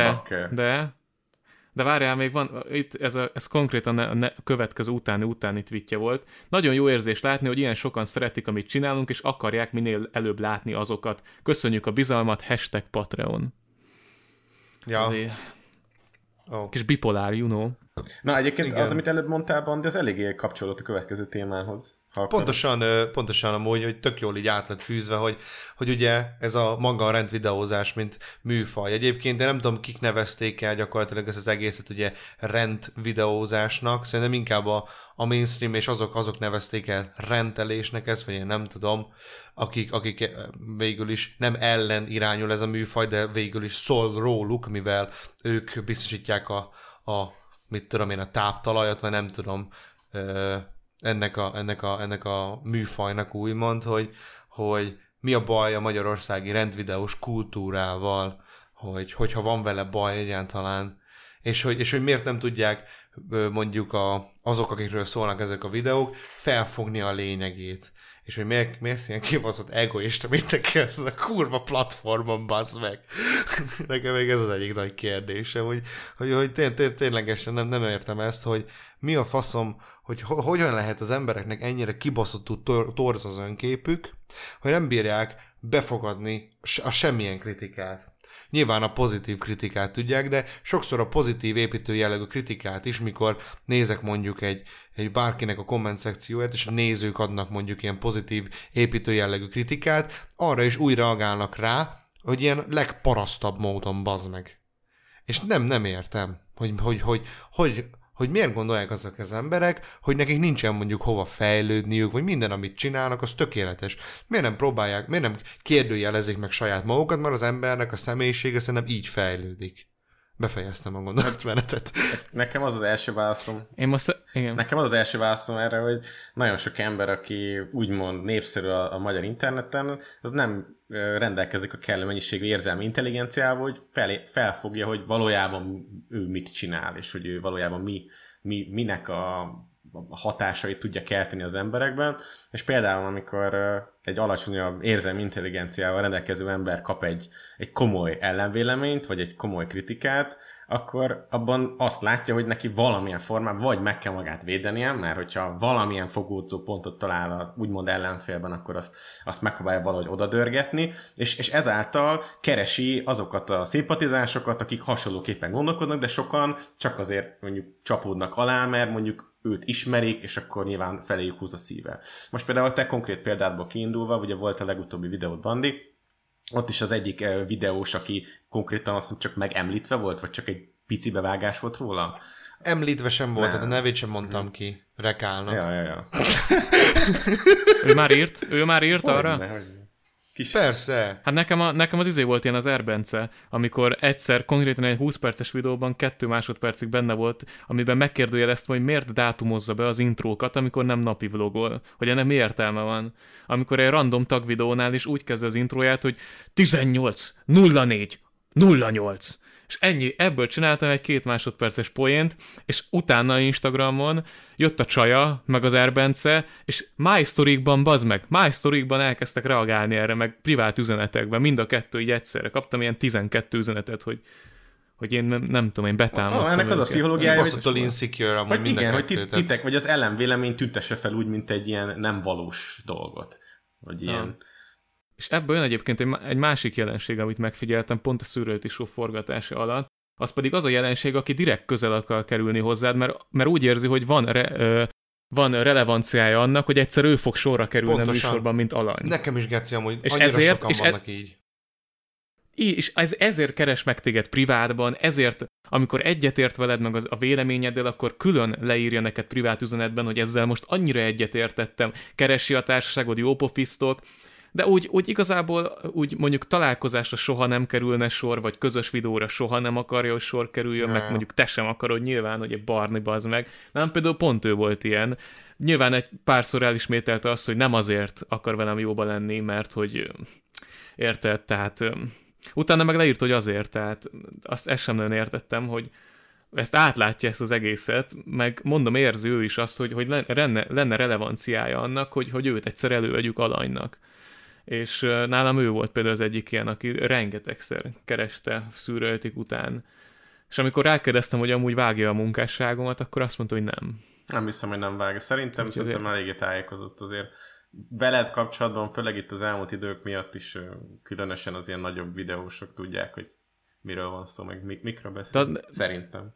De várjál, még van, itt ez konkrétan a következő utáni tweetje volt. Nagyon jó érzés látni, hogy ilyen sokan szeretik, amit csinálunk, és akarják minél előbb látni azokat. Köszönjük a bizalmat, #Patreon. Ja. Kis bipolár, you know. Na, egyébként igen. Az, amit előbb mondtál, Bandi, az eléggé kapcsolódott a következő témához. Pontosan amúgy, hogy tök jól így át lett fűzve, hogy ugye ez a maga a rendvideózás, mint műfaj. Egyébként én nem tudom, kik nevezték el gyakorlatilag ezt az egészet ugye rendvideózásnak, szerintem inkább a mainstream és azok nevezték el rendelésnek ezt, vagy én nem tudom, akik végül is nem ellen irányul ez a műfaj, de végül is szól róluk, mivel ők biztosítják a mit tudom én, a táptalajat, vagy nem tudom, ennek a műfajnak úgymond, hogy mi a baj a magyarországi rendvideós kultúrával, hogyha van vele baj egyáltalán, és hogy miért nem tudják mondjuk azok, akikről szólnak ezek a videók, felfogni a lényegét. És hogy miért ilyen kibaszott egoista mindenki ezen a kurva platformon, bassz meg. Nekem még ez az egyik nagy kérdésem, hogy ténylegesen nem értem ezt, hogy mi a faszom, hogy hogyan lehet az embereknek ennyire kibaszottul torz az önképük, hogy nem bírják befogadni a semmilyen kritikát. Nyilván a pozitív kritikát tudják, de sokszor a pozitív építő jellegű kritikát is, mikor nézek mondjuk egy bárkinek a komment szekcióját, és a nézők adnak mondjuk ilyen pozitív építő jellegű kritikát, arra is úgy reagálnak rá, hogy ilyen legparasztabb módon bazd meg. És nem értem, hogy miért gondolják azok az emberek, hogy nekik nincsen mondjuk hova fejlődniük, vagy minden, amit csinálnak, az tökéletes. Miért nem kérdőjelezik meg saját magukat, mert az embernek a személyisége szerintem így fejlődik. Befejeztem a gondolatmenetet. Nekem az első válaszom. Igen. Nekem az első válaszom erre, hogy nagyon sok ember, aki úgymond népszerű a magyar interneten, az nem rendelkezik a kellő mennyiségű érzelmi intelligenciával, hogy felfogja, hogy valójában ő mit csinál, és hogy ő valójában minek a hatásait tudja kelteni az emberekben, és például amikor egy alacsonyabb érzelmi intelligenciával rendelkező ember kap egy komoly ellenvéleményt, vagy egy komoly kritikát, akkor abban azt látja, hogy neki valamilyen formában vagy meg kell magát védenie, mert hogyha valamilyen fogódzó pontot talál az úgymond ellenfélben, akkor azt megpróbálja valahogy odadörgetni, és ezáltal keresi azokat a szimpatizánsokat, akik hasonlóképpen gondolkodnak, de sokan csak azért mondjuk csapódnak alá, mert mondjuk őt ismerik, és akkor nyilván feléjük húz a szíve. Most például a te konkrét példádból kiindulva, ugye volt a legutóbbi videót, Bandi, ott is az egyik videós, aki konkrétan azt csak megemlítve volt, vagy csak egy pici bevágás volt róla? Említve sem volt, de a nevét sem mondtam ki. Rekálnak. Ja. Ő már írt arra? Persze. Hát nekem az izé volt ilyen az Erbence, amikor egyszer konkrétan egy 20 perces videóban 2 másodpercig benne volt, amiben megkérdőjeleztem, hogy miért dátumozza be az intrókat, amikor nem napi vlogol. Hogy ennek mi értelme van. Amikor egy random tagvideónál is úgy kezd az intróját, hogy 18, 04, 08. És ennyi, ebből csináltam egy 2 másodperces poént, és utána Instagramon jött a Csaja, meg az Erbence, és My Story-kban, bazd meg, My Story-kban elkezdtek reagálni erre, meg privát üzenetekben, mind a kettő így egyszerre. Kaptam ilyen 12 üzenetet, hogy én nem tudom, én betámadtam. Ennek az a pszichológiája, Baszottul insecure amúgy mind a igen, kettő. hogy titek, vagy az ellenvélemény tüntesse fel úgy, mint egy ilyen nem valós dolgot. Vagy ilyen... És ebből jön egyébként egy másik jelenség, amit megfigyeltem pont a Surreality Show forgatása alatt, az pedig az a jelenség, aki direkt közel akar kerülni hozzád, mert úgy érzi, hogy van relevanciája annak, hogy egyszer ő fog sorra kerülni a műsorban, mint alany. Nekem is geci amúgy, és annyira ezért, sokan vannak így. És ezért keres meg téged privátban, ezért, amikor egyetért veled meg a véleményeddel, akkor külön leírja neked privát üzenetben, hogy ezzel most annyira egyetértettem, keresi a társaságod, jó pofisztok, de úgy igazából úgy mondjuk találkozásra soha nem kerülne sor, vagy közös videóra soha nem akarja, hogy sor kerüljön, meg mondjuk te sem akarod nyilván, hogy egy Barni bazd meg. Nem, például pont ő volt ilyen. Nyilván egy párszor elismételte azt, hogy nem azért akar velem jóba lenni, mert hogy érted, tehát utána meg leírt, hogy azért, tehát ezt sem nagyon értettem, hogy ezt átlátja ezt az egészet, meg mondom, érzi ő is azt, hogy lenne relevanciája annak, hogy őt egyszer előadjuk alanynak. És nálam ő volt például az egyik ilyen, aki rengetegszer kereste szűröltik után. És amikor rákérdeztem, hogy amúgy vágja a munkásságomat, akkor azt mondta, hogy nem. Nem hiszem, hogy nem vágja. Szerintem eléggé tájékozott azért. Veled kapcsolatban, főleg itt az elmúlt idők miatt is különösen az ilyen nagyobb videósok tudják, hogy miről van szó, meg mikről beszélsz. Szerintem.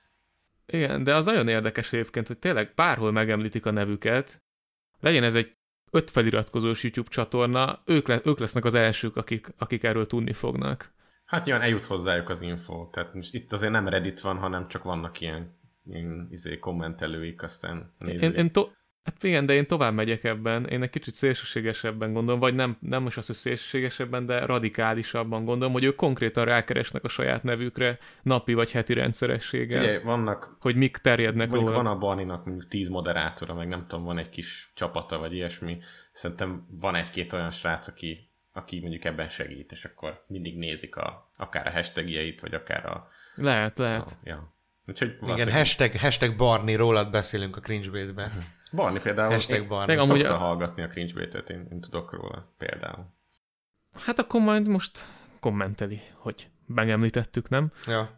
Igen, de az nagyon érdekes egyébként, hogy tényleg bárhol megemlítik a nevüket, legyen ez egy 5 feliratkozós YouTube csatorna, ők lesznek az elsők, akik erről tudni fognak. Hát nyilván eljut hozzájuk az info, tehát itt azért nem Reddit van, hanem csak vannak ilyen kommentelőik, aztán nézőik. Hát igen, de én tovább megyek ebben, én egy kicsit szélsőségesebben gondolom, vagy nem most az, hogy szélsőségesebben, de radikálisabban gondolom, hogy ők konkrétan rákeresnek a saját nevükre napi vagy heti rendszerességgel. Figyelj, vannak, hogy mik terjednek róla. Van a Barninak mondjuk 10 moderátora, meg nem tudom, van egy kis csapata, vagy ilyesmi. Szerintem van egy-két olyan srác, aki mondjuk ebben segít, és akkor mindig nézik akár a hashtagjeit, vagy akár a... Lehet. Ja. Úgyhogy igen, hashtag Barni, rólad beszélünk a Cringebait-ben. Barni például, Barni. Szokta hallgatni a Cringebait-et, én tudok róla például. Hát akkor majd most kommenteli, hogy megemlítettük, nem? Ja.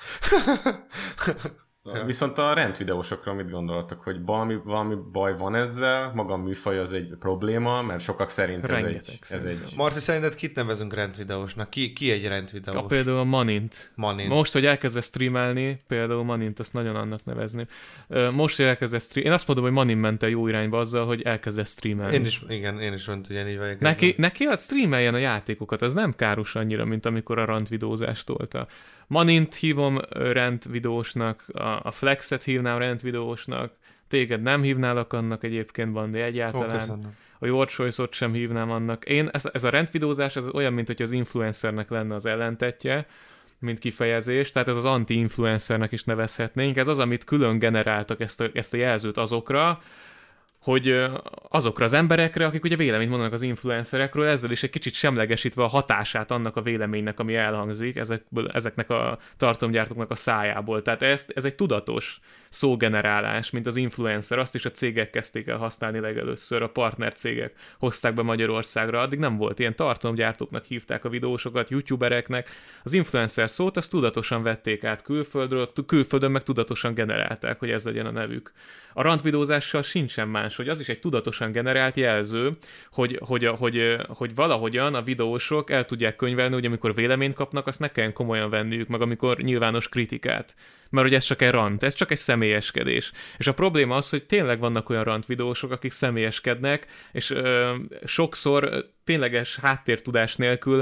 Viszont a rendvideósokról mit gondoltok, hogy valami baj van ezzel? Maga a műfaj az egy probléma, mert sokak szerint ez egy... Marci, szerinted kit nevezünk rendvideósnak? Ki egy rendvideós? Például a Manint. Most, hogy elkezdett streamelni, például Manint, azt nagyon annak nevezni. Most, hogy elkezdett streamelni, én azt mondom, hogy Manin ment el jó irányba azzal, hogy elkezdett streamelni. Én is mondtam, hogy így vagyok. Neki az streameljen a játékokat, az nem káros annyira, mint amikor a randvideózást tolta. Manint hívom rendvideósnak, a Flexet hívnám rendvideósnak, téged nem hívnálak annak egyébként, Bandi, egyáltalán. A Your Choice-ot sem hívnám annak. Ez a rendvideózás ez olyan, mint hogy az influencernek lenne az ellentetje, mint kifejezés, tehát ez az anti-influencernek is nevezhetnénk. Ez az, amit külön generáltak ezt a jelzőt azokra, hogy azokra az emberekre, akik ugye véleményt mondanak az influencerekről, ezzel is egy kicsit semlegesítve a hatását annak a véleménynek, ami elhangzik ezeknek a tartalomgyártóknak a szájából. Tehát ez egy tudatos szógenerálás, mint az influencer, azt is a cégek kezdték el használni legelőször, a partner cégek hozták be Magyarországra, addig nem volt ilyen, tartalomgyártóknak hívták a videósokat, youtubereknek. Az influencer szót azt tudatosan vették át külföldön meg tudatosan generálták, hogy ez legyen a nevük. A randvideózással sincsen más, hogy az is egy tudatosan generált jelző, hogy valahogyan a videósok el tudják könyvelni, hogy amikor véleményt kapnak, azt ne kelljen komolyan venniük, meg amikor nyilvános kritikát. Mert hogy ez csak egy rant, ez csak egy személyeskedés. És a probléma az, hogy tényleg vannak olyan rant videósok, akik személyeskednek, és sokszor tényleges háttértudás nélkül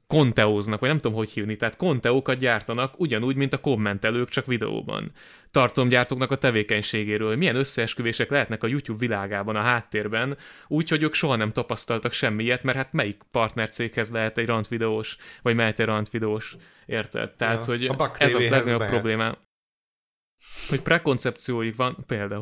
konteóznak, vagy nem tudom, hogy hívni, tehát konteókat gyártanak ugyanúgy, mint a kommentelők, csak videóban. Tartalomgyártóknak a tevékenységéről, milyen összeesküvések lehetnek a YouTube világában, a háttérben, úgyhogy ők soha nem tapasztaltak semmilyet, mert hát melyik partnercéghez lehet egy rantvideós, vagy mehet egy rantvideós, érted? Tehát, hogy ez a legnagyobb probléma. Hogy prekoncepcióik van, például.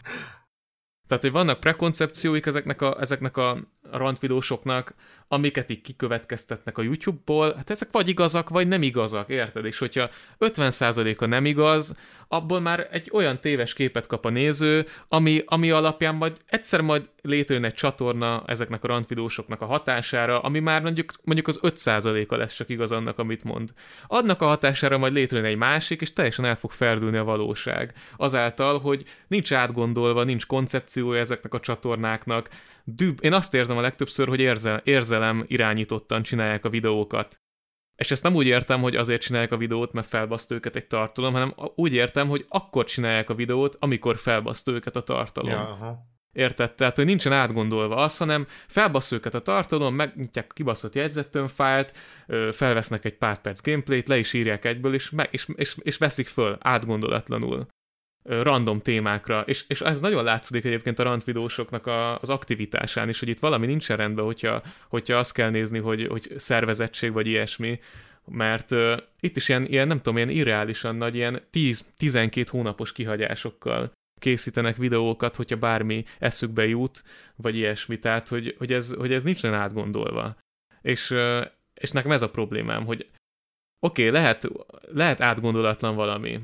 Tehát, hogy vannak prekoncepcióik ezeknek a rantvideósoknak, amiket így kikövetkeztetnek a YouTube-ból, hát ezek vagy igazak, vagy nem igazak, érted? És hogyha 50%-a nem igaz, abból már egy olyan téves képet kap a néző, ami alapján majd létrejön egy csatorna ezeknek a rantvideósoknak a hatására, ami már mondjuk az 5%-a lesz csak igaz annak, amit mond. Annak a hatására majd létrejön egy másik, és teljesen el fog ferdülni a valóság. Azáltal, hogy nincs átgondolva, nincs koncepciója ezeknek a csatornáknak. Én azt érzem a legtöbbször, hogy érzelem irányítottan csinálják a videókat. És ezt nem úgy értem, hogy azért csinálják a videót, mert felbaszt őket egy tartalom, hanem úgy értem, hogy akkor csinálják a videót, amikor felbaszt őket a tartalom. Ja, érted? Tehát, hogy nincsen átgondolva az, hanem felbassz őket a tartalom, megnyitják a kibaszott jegyzettömbfájlt, felvesznek egy pár perc gameplayt, le is írják egyből, és veszik föl átgondolatlanul random témákra, és ez nagyon látszik egyébként a rantvideósoknak az aktivitásán is, hogy itt valami nincsen rendben, hogyha azt kell nézni, hogy szervezettség vagy ilyesmi, mert itt is ilyen nem tudom, ilyen irreálisan nagy, ilyen 10-12 hónapos kihagyásokkal készítenek videókat, hogyha bármi eszükbe jut, vagy ilyesmi, tehát hogy ez nincsen átgondolva. És nekem ez a problémám, hogy oké, lehet átgondolatlan valami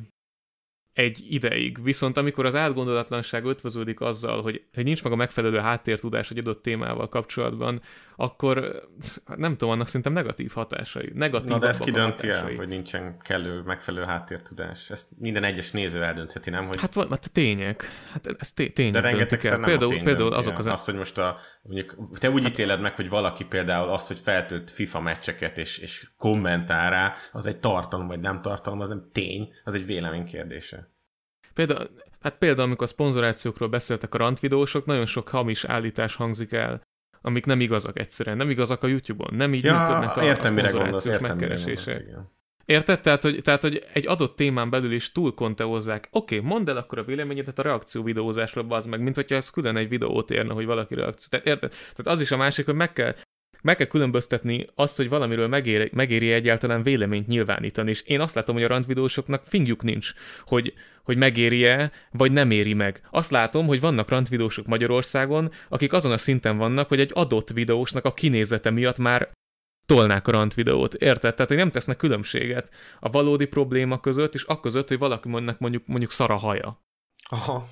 egy ideig, viszont amikor az átgondolatlanság ötvöződik azzal, hogy nincs meg a megfelelő háttértudás egy adott témával kapcsolatban, akkor nem tudom, annak szerintem negatív hatásai. Na de ezt ki dönti el, hogy nincsen megfelelő háttértudás? Ezt minden egyes néző eldöntheti, nem? Hogy... Hát a tények. Hát ez tények. De rengetegszer nem például azok az... Azt, hogy most mondjuk te úgy ítéled meg, hogy valaki például azt, hogy feltölt FIFA meccseket és kommentál rá, az egy tartalom vagy nem tartalom, az nem tény, az egy vélemény kérdése. Például, amikor a szponzorációkról beszéltek a rantvideósok, nagyon sok hamis állítás hangzik el, amik nem igazak egyszerűen. Nem igazak a YouTube-on, nem így működnek a szponzorációs megkeresések. Érted? Tehát, hogy egy adott témán belül is túl konteózzák. Oké, mondd el akkor a véleményedet a reakció videózásról, bazd meg, mint hogyha ez külön egy videót érne, hogy valaki reakció. Tehát érted? Tehát az is a másik, hogy meg kell különböztetni azt, hogy valamiről megéri egyáltalán véleményt nyilvánítani, és én azt látom, hogy a rantvideósoknak fingjuk nincs, hogy megéri-e, vagy nem éri meg. Azt látom, hogy vannak rantvideósok Magyarországon, akik azon a szinten vannak, hogy egy adott videósnak a kinézete miatt már tolnák a rantvideót, érted? Tehát, hogy nem tesznek különbséget a valódi probléma között, és akközött, hogy valakinek mondjuk szar a haja. Aha.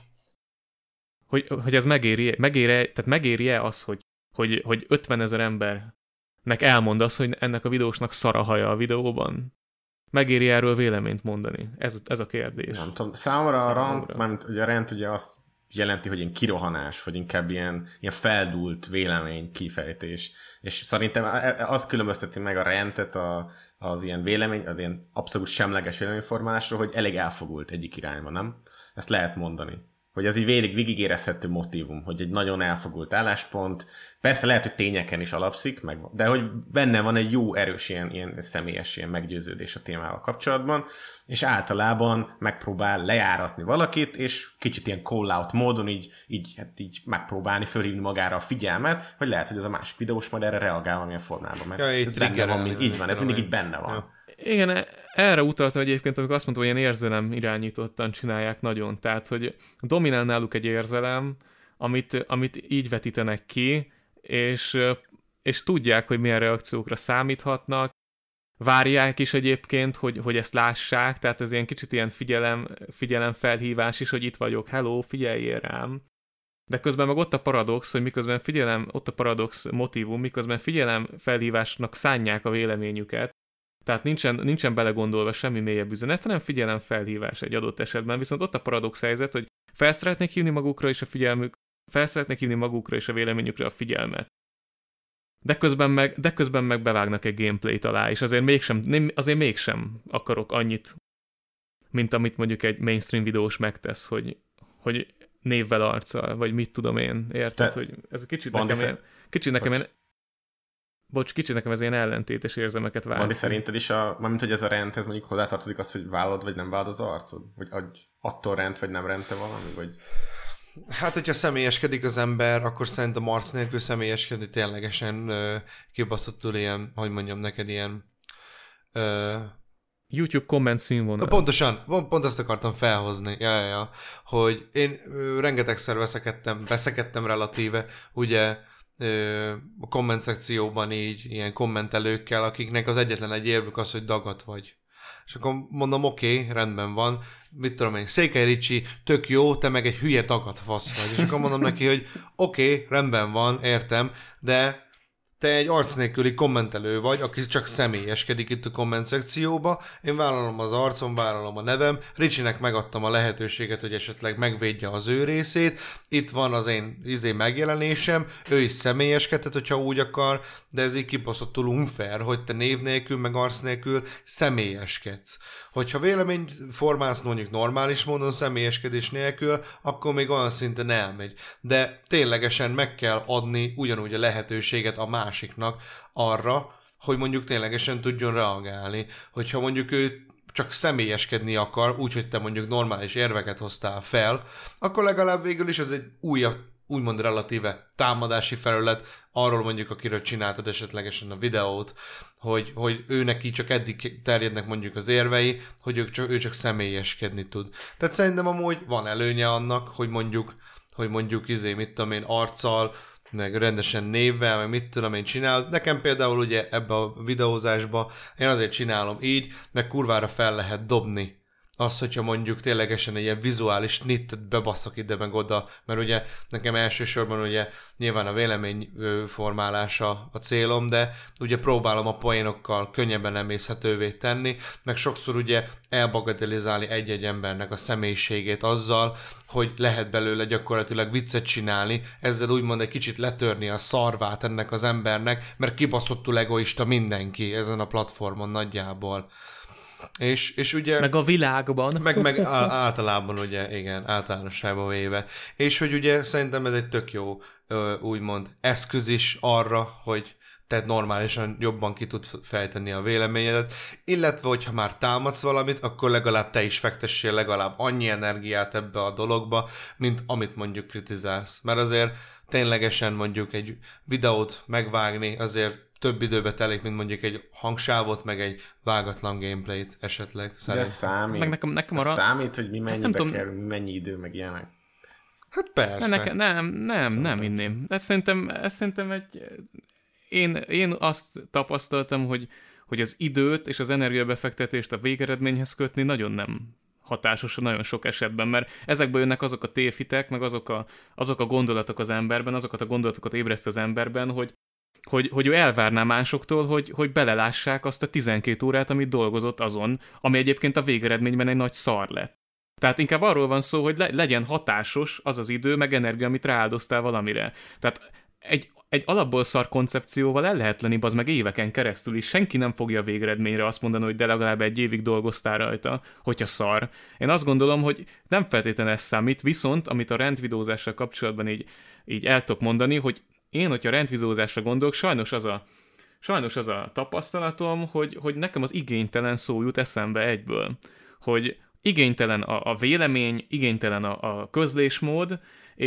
Hogy ez megéri-e az, hogy 50 000 embernek elmondasz, hogy ennek a videósnak szar a haja a videóban? Megéri erről véleményt mondani? Ez a kérdés. Nem tudom, számomra a rant, mármint ugye a rant ugye azt jelenti, hogy ilyen kirohanás, vagy inkább ilyen feldúlt vélemény kifejtés. És szerintem azt különbözteti meg a rantet az ilyen vélemény, az ilyen abszolút semleges véleményformálásról, hogy elég elfogult egyik irányba, nem? Ezt lehet mondani. Hogy az így végigérezhető motívum, hogy egy nagyon elfogult álláspont, persze lehet, hogy tényeken is alapszik, de hogy benne van egy jó, erős ilyen személyes ilyen meggyőződés a témával kapcsolatban, és általában megpróbál lejáratni valakit, és kicsit ilyen call-out módon így megpróbálni fölhívni magára a figyelmet, hogy lehet, hogy ez a másik videós majd erre reagál valamilyen formában, mert ez benne van, így van, ez mindig így benne van. Ja. Igen, erre utaltam egyébként, amikor azt mondtam, hogy ilyen érzelem irányítottan csinálják nagyon. Tehát, hogy dominál náluk egy érzelem, amit így vetítenek ki, és tudják, hogy milyen reakciókra számíthatnak. Várják is egyébként, hogy ezt lássák, tehát ez ilyen kicsit ilyen figyelemfelhívás is, hogy itt vagyok, hello, figyeljél rám. De közben meg ott a paradox, hogy miközben ott a paradox motívum, miközben figyelemfelhívásnak szánják a véleményüket, tehát nincsen belegondolva semmi mélyebb üzenet, hanem figyelemfelhívás egy adott esetben, viszont ott a paradox helyzet, hogy fel szeretnék hívni magukra és a véleményükre a figyelmet. De közben meg bevágnak egy gameplayt alá, és azért mégsem akarok annyit, mint amit mondjuk egy mainstream videós megtesz, hogy névvel, arccal, vagy mit tudom én, érted? Hogy ez kicsit nekem ilyen... bocs, kicsit nekem ez ilyen ellentétes érzemeket vált. Mandi, szerinted is, mármint hogy ez a rendhez mondjuk hozzátartozik az, hogy vállalod vagy nem vállalod az arcod? Vagy attól rend vagy nem rendte valami? Vagy... Hát, hogyha személyeskedik az ember, akkor szerintem arc nélkül személyeskedni ténylegesen kibaszottul ilyen, hogy mondjam neked, ilyen... YouTube komment színvonal. Pontosan, pont azt akartam felhozni, hogy én rengetegszer veszekedtem relatíve, ugye a komment szekcióban így, ilyen kommentelőkkel, akiknek az egyetlen egy érvük az, hogy dagat vagy. És akkor mondom, oké, rendben van, mit tudom én, Székely Ricsi, tök jó, te meg egy hülye dagat fasz vagy. És akkor mondom neki, hogy oké, rendben van, értem, de te egy arc nélküli kommentelő vagy, aki csak személyeskedik itt a komment szekcióba. Én vállalom az arcom, vállalom a nevem. Ricsinek megadtam a lehetőséget, hogy esetleg megvédje az ő részét. Itt van az én megjelenésem, ő is személyeskedhet, hogyha úgy akar, de ez így kibaszottul unfair, hogy te név nélkül, meg arc nélkül személyeskedsz. Hogyha véleményt formálsz mondjuk normális módon személyeskedés nélkül, akkor még olyan szinten elmegy. De ténylegesen meg kell adni ugyanúgy a lehetőséget a másiknak arra, hogy mondjuk ténylegesen tudjon reagálni. Hogyha mondjuk ő csak személyeskedni akar, úgyhogy te mondjuk normális érveket hoztál fel, akkor legalább végül is ez egy újabb, úgymond relatíve támadási felület arról mondjuk, akiről csináltad esetlegesen a videót, hogy ő neki csak eddig terjednek mondjuk az érvei, hogy ő csak személyeskedni tud. Tehát szerintem amúgy van előnye annak, hogy mondjuk mit tudom én, arccal, meg rendesen névvel, meg mit tudom én csinálom. Nekem például ugye ebbe a videózásba én azért csinálom így, meg kurvára fel lehet dobni az, hogyha mondjuk ténylegesen egy ilyen vizuális snittet bebasszak ide meg oda, mert ugye nekem elsősorban ugye nyilván a vélemény formálása a célom, de ugye próbálom a poénokkal könnyebben emészhetővé tenni, meg sokszor ugye elbagatelizálni egy-egy embernek a személyiségét azzal, hogy lehet belőle gyakorlatilag viccet csinálni, ezzel úgymond egy kicsit letörni a szarvát ennek az embernek, mert kibaszottul egoista mindenki ezen a platformon nagyjából. És ugye... Meg a világban. Meg általában ugye, igen, általánosságban véve. És hogy ugye szerintem ez egy tök jó, úgymond eszköz is arra, hogy te normálisan jobban ki tud fejteni a véleményedet, illetve hogyha már támadsz valamit, akkor legalább te is fektessél legalább annyi energiát ebbe a dologba, mint amit mondjuk kritizálsz. Mert azért ténylegesen mondjuk egy videót megvágni azért több időbe telik, mint mondjuk egy hangsávot, meg egy vágatlan gameplayt esetleg. De számít. Meg nekem arra... számít, hogy mi mennyibe kerül, mennyi idő, meg ilyenek. Hát persze. Nem inném. Ez szerintem egy... Én azt tapasztaltam, hogy az időt és az energiabefektetést a végeredményhez kötni nagyon nem hatásos nagyon sok esetben, mert ezekből jönnek azok a tévhitek, meg azok a gondolatok az emberben, azokat a gondolatokat ébreszt az emberben, hogy ő elvárná másoktól, hogy belelássák azt a 12 órát, amit dolgozott azon, ami egyébként a végeredményben egy nagy szar lett. Tehát inkább arról van szó, hogy legyen hatásos az az idő, meg energia, amit rááldoztál valamire. Tehát egy alapból szar koncepcióval el lehet lenni, az meg éveken keresztül is. Senki nem fogja a végeredményre azt mondani, hogy de legalább egy évig dolgoztál rajta, hogyha szar. Én azt gondolom, hogy nem feltétlenül ez számít, viszont amit a rendvideózással kapcsolatban így el tudok mondani, hogy én, hogyha rendvideózásra gondolok, sajnos az a tapasztalatom, hogy nekem az igénytelen szó jut eszembe egyből. Hogy igénytelen a vélemény, igénytelen a közlésmód,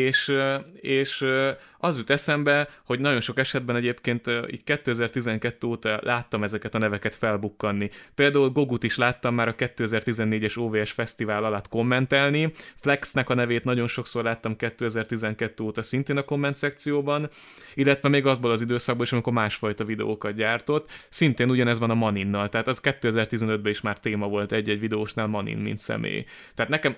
és az jut eszembe, hogy nagyon sok esetben egyébként így 2012 óta láttam ezeket a neveket felbukkanni. Például Gogut is láttam már a 2014-es OVS fesztivál alatt kommentelni, Flexnek a nevét nagyon sokszor láttam 2012 óta szintén a komment szekcióban, illetve még azból az időszakból is, amikor másfajta videókat gyártott. Szintén ugyanez van a Maninnal, tehát az 2015-ben is már téma volt egy-egy videósnál Manin, mint személy. Tehát nekem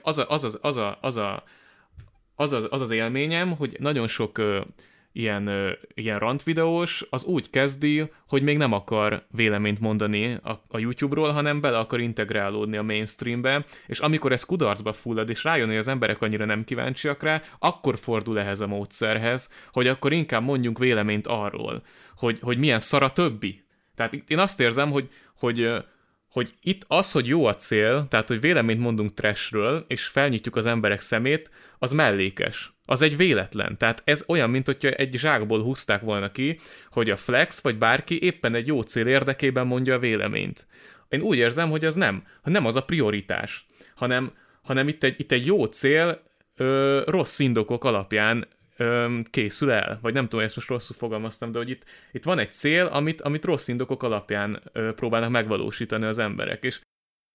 az az élményem, hogy nagyon sok ilyen rant videós az úgy kezdi, hogy még nem akar véleményt mondani a YouTube-ról, hanem bele akar integrálódni a mainstreambe, és amikor ez kudarcba fullad, és rájön, hogy az emberek annyira nem kíváncsiak rá, akkor fordul ehhez a módszerhez, hogy akkor inkább mondjunk véleményt arról, hogy milyen szar a többi. Tehát én azt érzem, hogy itt az, hogy jó a cél, tehát hogy véleményt mondunk trashről, és felnyitjuk az emberek szemét, az mellékes. Az egy véletlen. Tehát ez olyan, mint hogyha egy zsákból húzták volna ki, hogy a Flex vagy bárki éppen egy jó cél érdekében mondja a véleményt. Én úgy érzem, hogy ez nem az a prioritás, hanem itt egy jó cél rossz indokok alapján készül el. Vagy nem tudom, hogy ezt most rosszul fogalmaztam, de hogy itt van egy cél, amit rossz indokok alapján próbálnak megvalósítani az emberek. És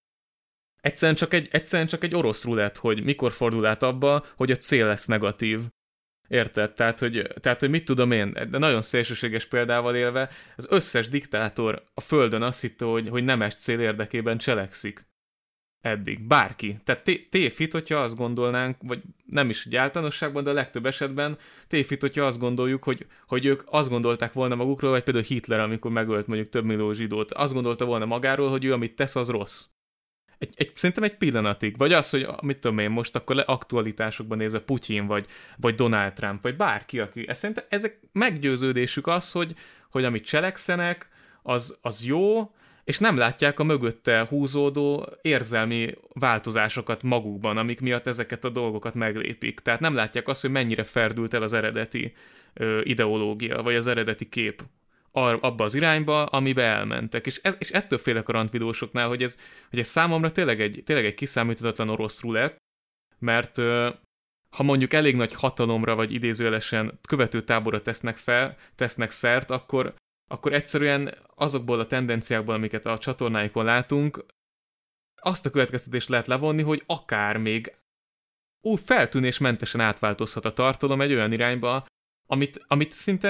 egyszerűen csak egy orosz rulett, hogy mikor fordul át abba, hogy a cél lesz negatív. Érted? Tehát, hogy mit tudom én, de nagyon szélsőséges példával élve, az összes diktátor a földön azt hitte, hogy nemes cél érdekében cselekszik. Eddig. Bárki. Tehát tévhit, hogyha azt gondolnánk, vagy nem is egy általánosságban, de a legtöbb esetben tévhit, hogyha azt gondoljuk, hogy ők azt gondolták volna magukról, vagy például Hitler, amikor megölt mondjuk több millió zsidót, azt gondolta volna magáról, hogy ő, amit tesz, az rossz. Szerintem egy pillanatig. Vagy az, hogy mit tudom én most akkor aktualitásokban nézve Putyin, vagy Donald Trump, vagy bárki, aki... Szerintem ezek meggyőződésük az, hogy amit cselekszenek, az jó, és nem látják a mögötte húzódó érzelmi változásokat magukban, amik miatt ezeket a dolgokat meglépik. Tehát nem látják azt, hogy mennyire ferdült el az eredeti ideológia, vagy az eredeti kép abba az irányba, amibe elmentek. És ettől félek a randvidósoknál, hogy ez számomra tényleg egy kiszámíthatatlan orosz rulett, mert ha mondjuk elég nagy hatalomra, vagy idézőjelesen követőtáborra tesznek szert, akkor egyszerűen azokból a tendenciákból, amiket a csatornáikon látunk, azt a következtetést lehet levonni, hogy akár még feltűnésmentesen átváltozhat a tartalom egy olyan irányba, ami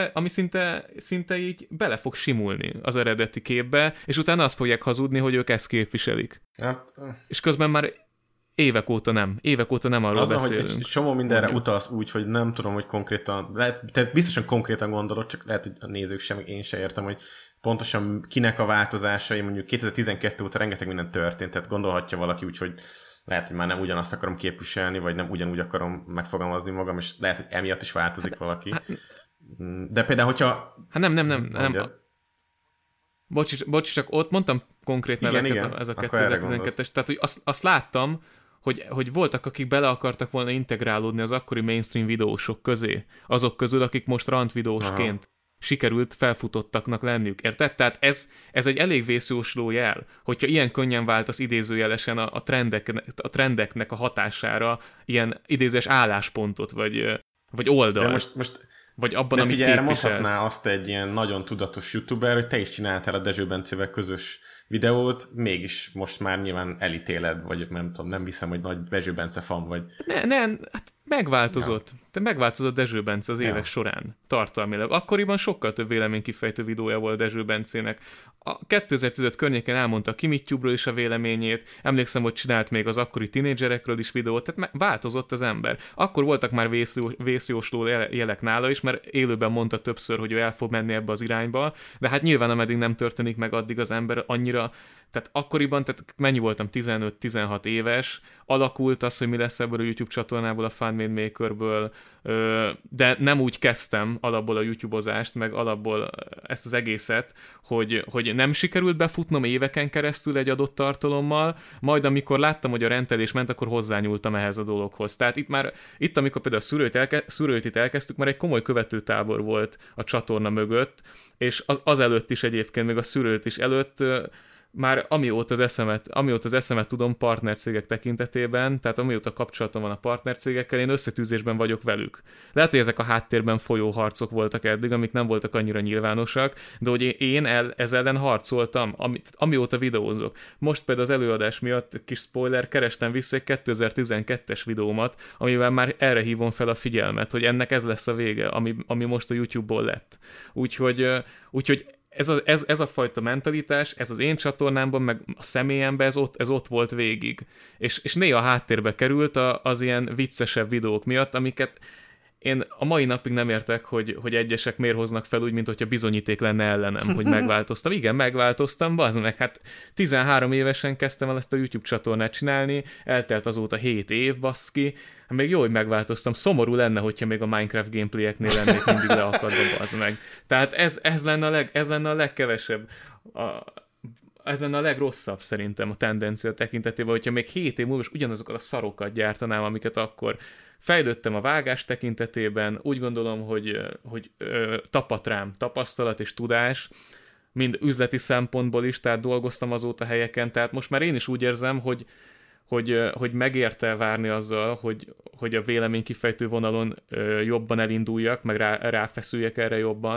szinte így bele fog simulni az eredeti képbe, és utána azt fogják hazudni, hogy ők ezt képviselik. Hát, és közben már évek óta nem arról beszélünk. Hogy egy csomó mindenre utalsz úgy, hogy nem tudom, hogy konkrétan, tehát biztosan konkrétan gondolod, csak lehet, hogy a nézők sem, én sem értem, hogy pontosan kinek a változásai, mondjuk 2012 óta rengeteg minden történt, tehát gondolhatja valaki úgy, hogy lehet, hogy már nem ugyanazt akarom képviselni, vagy nem ugyanúgy akarom megfogalmazni magam, és lehet, hogy emiatt is változik valaki. De például, hogyha... Nem. Bocs, csak ott mondtam konkrét neveket, ez a 2012-es. Tehát, hogy azt láttam, hogy voltak, akik bele akartak volna integrálódni az akkori mainstream videósok közé. Azok közül, akik most randvideósként sikerült felfutottaknak lenniük. Érted? Tehát ez egy elég vészjósló jel, hogyha ilyen könnyen váltasz idézőjelesen a trendeknek a hatására ilyen idézőes álláspontot, vagy oldalt. De most vagy abban, amit képviselsz. Mondhatná azt egy ilyen nagyon tudatos youtuber, hogy te is csináltál a Dezső Bencével közös videót, mégis most már nyilván elítéled, vagy nem tudom, nem hiszem, hogy nagy Dezső Bence fan vagy. Nem, hát megváltozott. Ja. Megváltozott Dezső Bence az évek során, tartalmilag. Akkoriban sokkal több véleménykifejtő videója volt Dezső Bencének. A 2015 környéken elmondta a Kimittyúbról is a véleményét, emlékszem, hogy csinált még az akkori tinédzserekről is videót, tehát változott az ember. Akkor voltak már vészjósló jelek nála is, mert élőben mondta többször, hogy ő el fog menni ebbe az irányba, de hát nyilván ameddig nem történik meg, addig az ember annyira, tehát akkoriban, tehát mennyi voltam, 15-16 éves, alakult az, hogy mi lesz ebből a YouTube csatornából, a Fun Made Makerből, de nem úgy kezdtem alapból a YouTube-ozást, meg alapból ezt az egészet, hogy nem sikerült befutnom éveken keresztül egy adott tartalommal, majd amikor láttam, hogy a rendelés ment, akkor hozzányúltam ehhez a dologhoz. Tehát itt amikor például a szűrőt elkezdtük, már egy komoly követőtábor volt a csatorna mögött, és az előtt is egyébként, még a szűrőt is előtt, már amióta az eszemet tudom partnercégek tekintetében, tehát amióta kapcsolatom van a partnercégekkel, én összetűzésben vagyok velük. Lehet, hogy ezek a háttérben folyó harcok voltak eddig, amik nem voltak annyira nyilvánosak, de hogy én ez ellen harcoltam, amióta videózok. Most például az előadás miatt, kis spoiler, kerestem vissza egy 2012-es videómat, amivel már erre hívom fel a figyelmet, hogy ennek ez lesz a vége, ami most a YouTube-ból lett. Úgyhogy ez a fajta mentalitás, ez az én csatornámban, meg a személyemben, ez ott volt végig. És néha háttérbe került az ilyen viccesebb videók miatt, amiket én a mai napig nem értek, hogy egyesek miért hoznak fel úgy, mint hogyha bizonyíték lenne ellenem, hogy megváltoztam. Igen, megváltoztam, bazd meg, hát 13 évesen kezdtem el ezt a YouTube csatornát csinálni, eltelt azóta 7 év, baszki, még jó, hogy megváltoztam. Szomorú lenne, hogyha még a Minecraft gameplayeknél lennék mindig leakadva, bazd meg. Tehát ez lenne a legkevesebb ez lenne a legrosszabb szerintem a tendencia tekintetében, hogyha még 7 év múlva is ugyanazokat a szarokat gyártanám, amiket akkor fejlődtem a vágás tekintetében. Úgy gondolom, hogy tapadt rám tapasztalat és tudás, mind üzleti szempontból is, tehát dolgoztam azóta helyeken, tehát most már én is úgy érzem, hogy megérte várni azzal, hogy a vélemény kifejtő vonalon jobban elinduljak, meg ráfeszüljek erre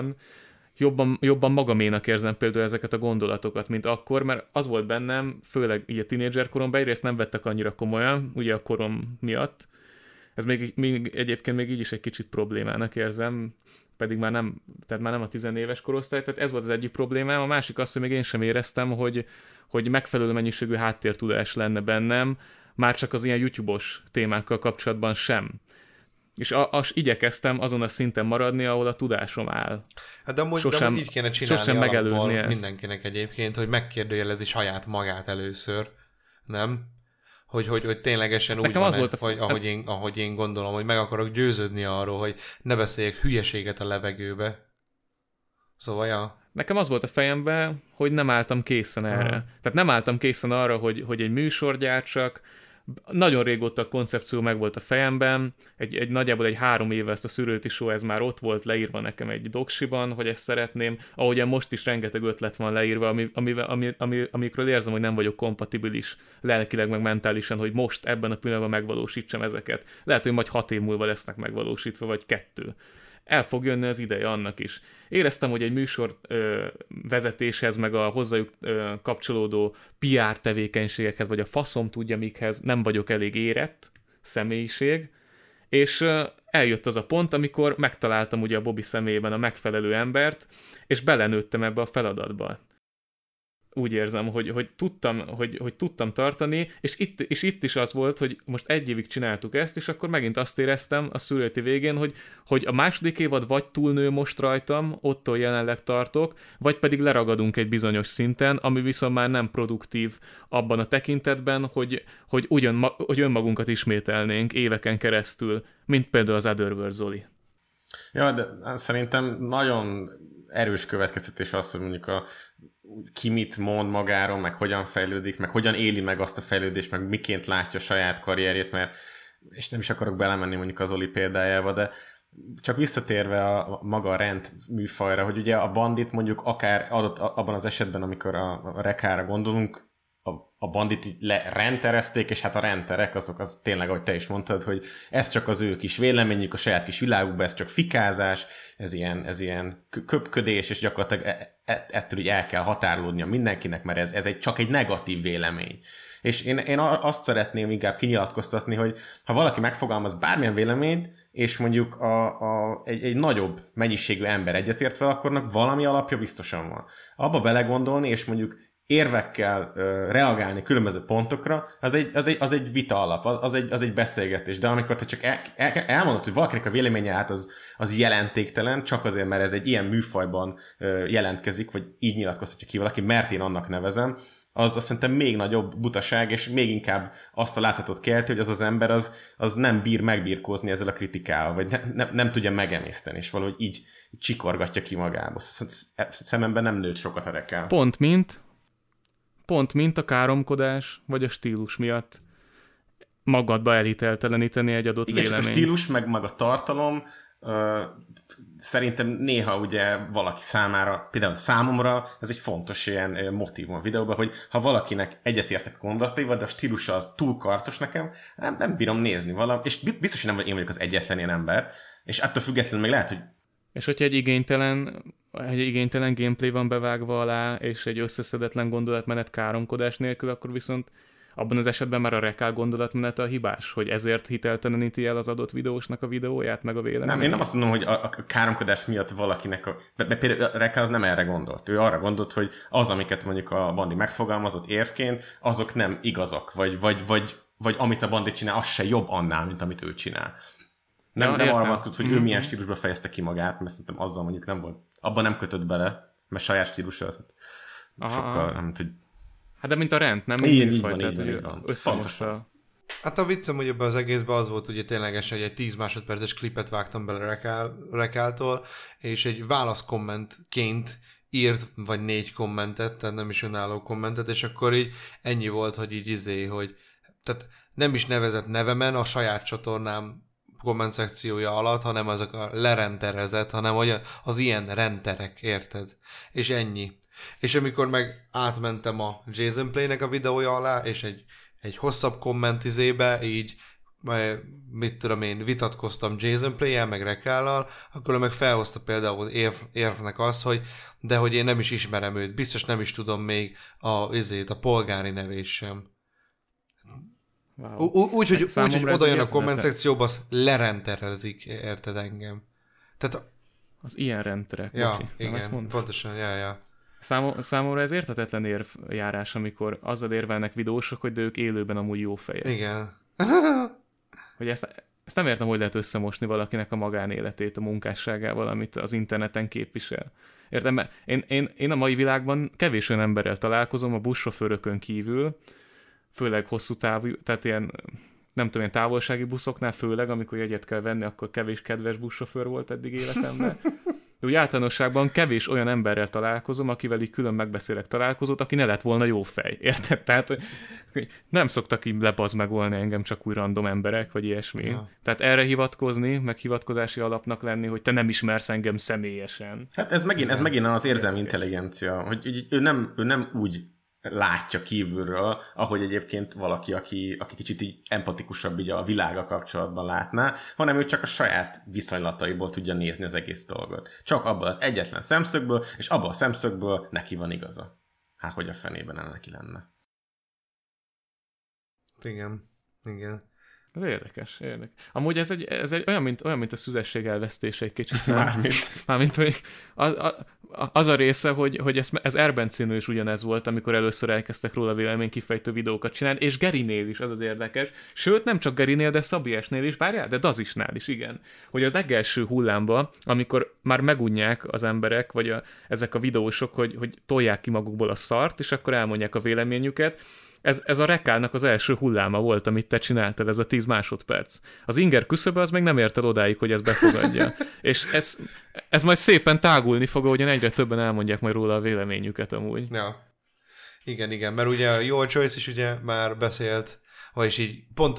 jobban magaménak érzem például ezeket a gondolatokat, mint akkor, mert az volt bennem, főleg így a tínédzser koromban, egyrészt nem vettek annyira komolyan, ugye a korom miatt. Ez még egyébként még így is egy kicsit problémának érzem, pedig már nem a 10 éves korosztály, tehát ez volt az egyik problémám. A másik az, hogy még én sem éreztem, hogy megfelelő mennyiségű háttértudás lenne bennem, már csak az ilyen YouTube-os témákkal kapcsolatban sem. És igyekeztem azon a szinten maradni, ahol a tudásom áll. Hát de amúgy így kéne csinálni megelőzni ezt. Mindenkinek egyébként, hogy megkérdőjelezi saját magát először, nem? Hogy ténylegesen úgy van, ahogy én gondolom, hogy meg akarok győződni arról, hogy ne beszéljek hülyeséget a levegőbe. Szóval, ja. Nekem az volt a fejemben, hogy nem álltam készen erre. Tehát nem álltam készen arra, hogy egy műsor gyártsak. Nagyon régóta a koncepció meg volt a fejemben. Nagyjából egy 3 éve ezt a Szürülti Show, ez már ott volt leírva nekem egy doksiban, hogy ezt szeretném. Ahogyan most is rengeteg ötlet van leírva, amikről érzem, hogy nem vagyok kompatibilis lelkileg, meg mentálisan, hogy most ebben a pillanatban megvalósítsam ezeket. Lehet, hogy majd 6 év múlva lesznek megvalósítva, vagy 2. El fog jönni az ideje annak is. Éreztem, hogy egy műsor vezetéshez, meg a hozzájuk kapcsolódó PR tevékenységekhez, vagy a faszom tudja mikhez nem vagyok elég érett személyiség, és eljött az a pont, amikor megtaláltam ugye a Bobby személyében a megfelelő embert, és belenőttem ebbe a feladatba. Úgy érzem, hogy tudtam tartani, és itt is az volt, hogy most 1 évig csináltuk ezt, és akkor megint azt éreztem a születi végén, hogy a második évad vagy túlnő most rajtam, ottól jelenleg tartok, vagy pedig leragadunk egy bizonyos szinten, ami viszont már nem produktív abban a tekintetben, hogy önmagunkat ismételnénk éveken keresztül, mint például az Otherworld Zoli. Ja, de szerintem nagyon erős következtetés az, hogy mondjuk ki mit mond magáról, meg hogyan fejlődik, meg hogyan éli meg azt a fejlődést, meg miként látja a saját karrierjét, mert, és nem is akarok belemenni mondjuk az Oli példájába, de csak visszatérve a maga a rend műfajra, hogy ugye a Bandit mondjuk akár adott abban az esetben, amikor a Rekára gondolunk, a Bandit így renterezték, és hát a renterek azok az tényleg, ahogy te is mondtad, hogy ez csak az ő kis véleményük, a saját kis világukban, ez csak fikázás, ez ilyen köpködés, és gyakorlatilag ettől így el kell határolódnia mindenkinek, mert ez csak egy negatív vélemény. És én azt szeretném inkább kinyilatkoztatni, hogy ha valaki megfogalmaz bármilyen véleményt, és mondjuk egy nagyobb mennyiségű ember egyetért vele, akkornak valami alapja biztosan van. Abba belegondolni, és mondjuk érvekkel reagálni különböző pontokra, az egy vita alap, az egy beszélgetés. De amikor te csak elmondod, hogy valakinek a véleménye az jelentéktelen, csak azért, mert ez egy ilyen műfajban jelentkezik, vagy így nyilatkoztatja ki valaki, mert én annak nevezem, az szerintem még nagyobb butaság, és még inkább azt a látszatot kelti, hogy az ember az nem bír megbirkózni ezzel a kritikával, vagy nem tudja megemészteni, és valahogy így csikorgatja ki magába. Szememben nem nőtt sokat a Rekál. Pont mint a káromkodás, vagy a stílus miatt magadba elhitelteleníteni egy adott véleményt. Igen, csak a stílus, meg a tartalom szerintem néha ugye valaki számára, például számomra ez egy fontos ilyen motívum a videóban, hogy ha valakinek egyetértek a gondolataival, de a stílusa az túl karcos nekem, nem bírom nézni valami, és biztos, hogy nem én vagyok az egyetlen ilyen ember, és attól függetlenül még lehet, hogy és hogyha egy igénytelen gameplay van bevágva alá, és egy összeszedetlen gondolatmenet káromkodás nélkül, akkor viszont abban az esetben már a Rekál gondolatmenete a hibás, hogy ezért hitelteleníti el az adott videósnak a videóját, meg a véleményét. Nem, én nem azt mondom, hogy a káromkodás miatt valakinek például a Rekál az nem erre gondolt. Ő arra gondolt, hogy az, amiket mondjuk a Bandi megfogalmazott érvként, azok nem igazak, vagy amit a Bandi csinál, az se jobb annál, mint amit ő csinál. Nem arra van tudod, hogy ő milyen stílusban fejezte ki magát, mert szerintem azzal mondjuk nem volt. Abban nem kötött bele, mert saját stílusra sokkal, nem tudjuk. Hát de mint a rend, nem? Így van. Összemosta. Hát a viccem, hogy ebben az egészben az volt ugye ténylegesen, hogy egy 10 másodperces klipet vágtam bele Rekáltól, és egy válaszkommentként írt vagy 4 kommentet, tehát nem is önálló kommentet, és akkor így ennyi volt, hogy így hogy tehát nem is nevezett nevemen a saját csatornám komment szekciója alatt, hanem azok a lerenterezett, hanem az ilyen renterek, érted? És ennyi. És amikor meg átmentem a Jason Play-nek a videója alá, és egy hosszabb kommentizébe, így mit tudom én, vitatkoztam Jason Play-jel, meg Rekállal, akkor meg felhozta például érvnek azt, hogy de hogy én nem is ismerem őt, biztos nem is tudom még a polgári nevét sem. Wow. Úgy, hogy oda jön a komment szekcióba, azt lerenterezik, érted engem. Tehát az ilyen renderek. Ja, bocsi, igen, pontosan, ja. Számomra ez érthetetlen érvjárás, amikor azzal érvelnek videósok, hogy de ők élőben amúgy jó fejek. Igen. Hogy ezt nem értem, hogy lehet összemosni valakinek a magánéletét a munkásságával, amit az interneten képvisel. Értem, mert én a mai világban kevés olyan emberrel találkozom a buszsofőrökön kívül, főleg hosszú távú, tehát ilyen, nem tudom, ilyen távolsági buszoknál, főleg, amikor jegyet kell venni, akkor kevés kedves buszsofőr volt eddig életemben. De úgy általánosságban kevés olyan emberrel találkozom, akivel így külön megbeszélek találkozót, aki ne lett volna jó fej. Érted? Tehát nem szoktak így lebazmegolni engem csak új random emberek, vagy ilyesmi. Ja. Tehát erre hivatkozni, meg hivatkozási alapnak lenni, hogy te nem ismersz engem személyesen. Hát ez megint az érzelmi intelligencia, hogy ő nem úgy látja kívülről, ahogy egyébként valaki, aki kicsit így empatikusabb így a világa kapcsolatban látná, hanem ő csak a saját viszonylataiból tudja nézni az egész dolgot. Csak abban az egyetlen szemszögből, és abban a szemszögből neki van igaza. Hát, hogy a fenében neki lenne. Igen. Ez érdekes. Amúgy ez egy olyan, mint a szüzesség elvesztése egy kicsit. Mármint, hogy az a része, hogy ez Erbencénél is ugyanez volt, amikor először elkezdtek róla véleménykifejtő videókat csinálni, és Gerinél is, az az érdekes. Sőt, nem csak Gerinél, de Szabiesnél is, várjál, de Dazisnál is, igen. Hogy a legelső hullámba, amikor már megunják az emberek, vagy ezek a videósok, hogy tolják ki magukból a szart, és akkor elmondják a véleményüket. Ez a Rekálnak az első hulláma volt, amit te csináltad, ez a 10 másodperc. Az inger küszöbe az még nem érted odáig, hogy ez befogadja. És ez majd szépen tágulni fog, ahogyan egyre többen elmondják majd róla a véleményüket amúgy. Ja. Igen, mert ugye a Your Choice is ugye már beszélt, vagyis így pont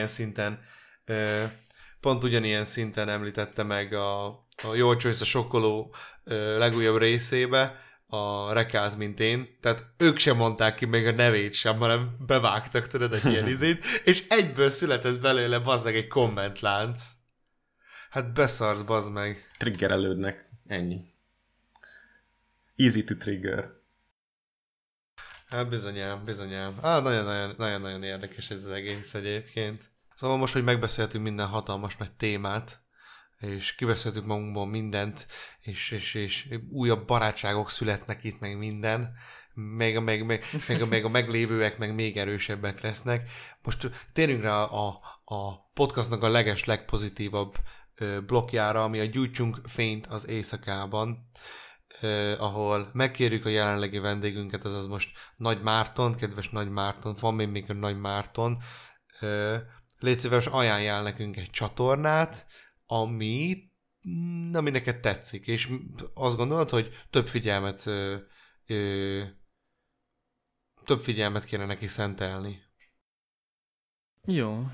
ugyanilyen szinten említette meg a Your Choice a sokkoló legújabb részébe, a Rekált, mint én, tehát ők sem mondták ki még a nevét sem, hanem bevágtak, tudod, egy ilyen izét, és egyből született belőle bazzeg egy kommentlánc. Hát beszarsz, bazd meg. Triggerelődnek, ennyi. Easy to trigger. Hát bizonyám. Nagyon-nagyon érdekes ez az egész egyébként. Szóval most, hogy megbeszéltünk minden hatalmas nagy témát, és kibeszéltük magunkból mindent, és újabb barátságok születnek itt, meg minden, meg a meglévőek meg még erősebbek lesznek. Most térjünk rá a podcastnak a legpozitívabb blokkjára, ami a Gyújtsunk fényt az éjszakában, ahol megkérjük a jelenlegi vendégünket, azaz most Nagy Márton, kedves Nagy Márton, van még a Nagy Márton, légy szíves, ajánljál nekünk egy csatornát, ami neked tetszik, és azt gondolod, hogy több figyelmet kéne neki szentelni. Jó.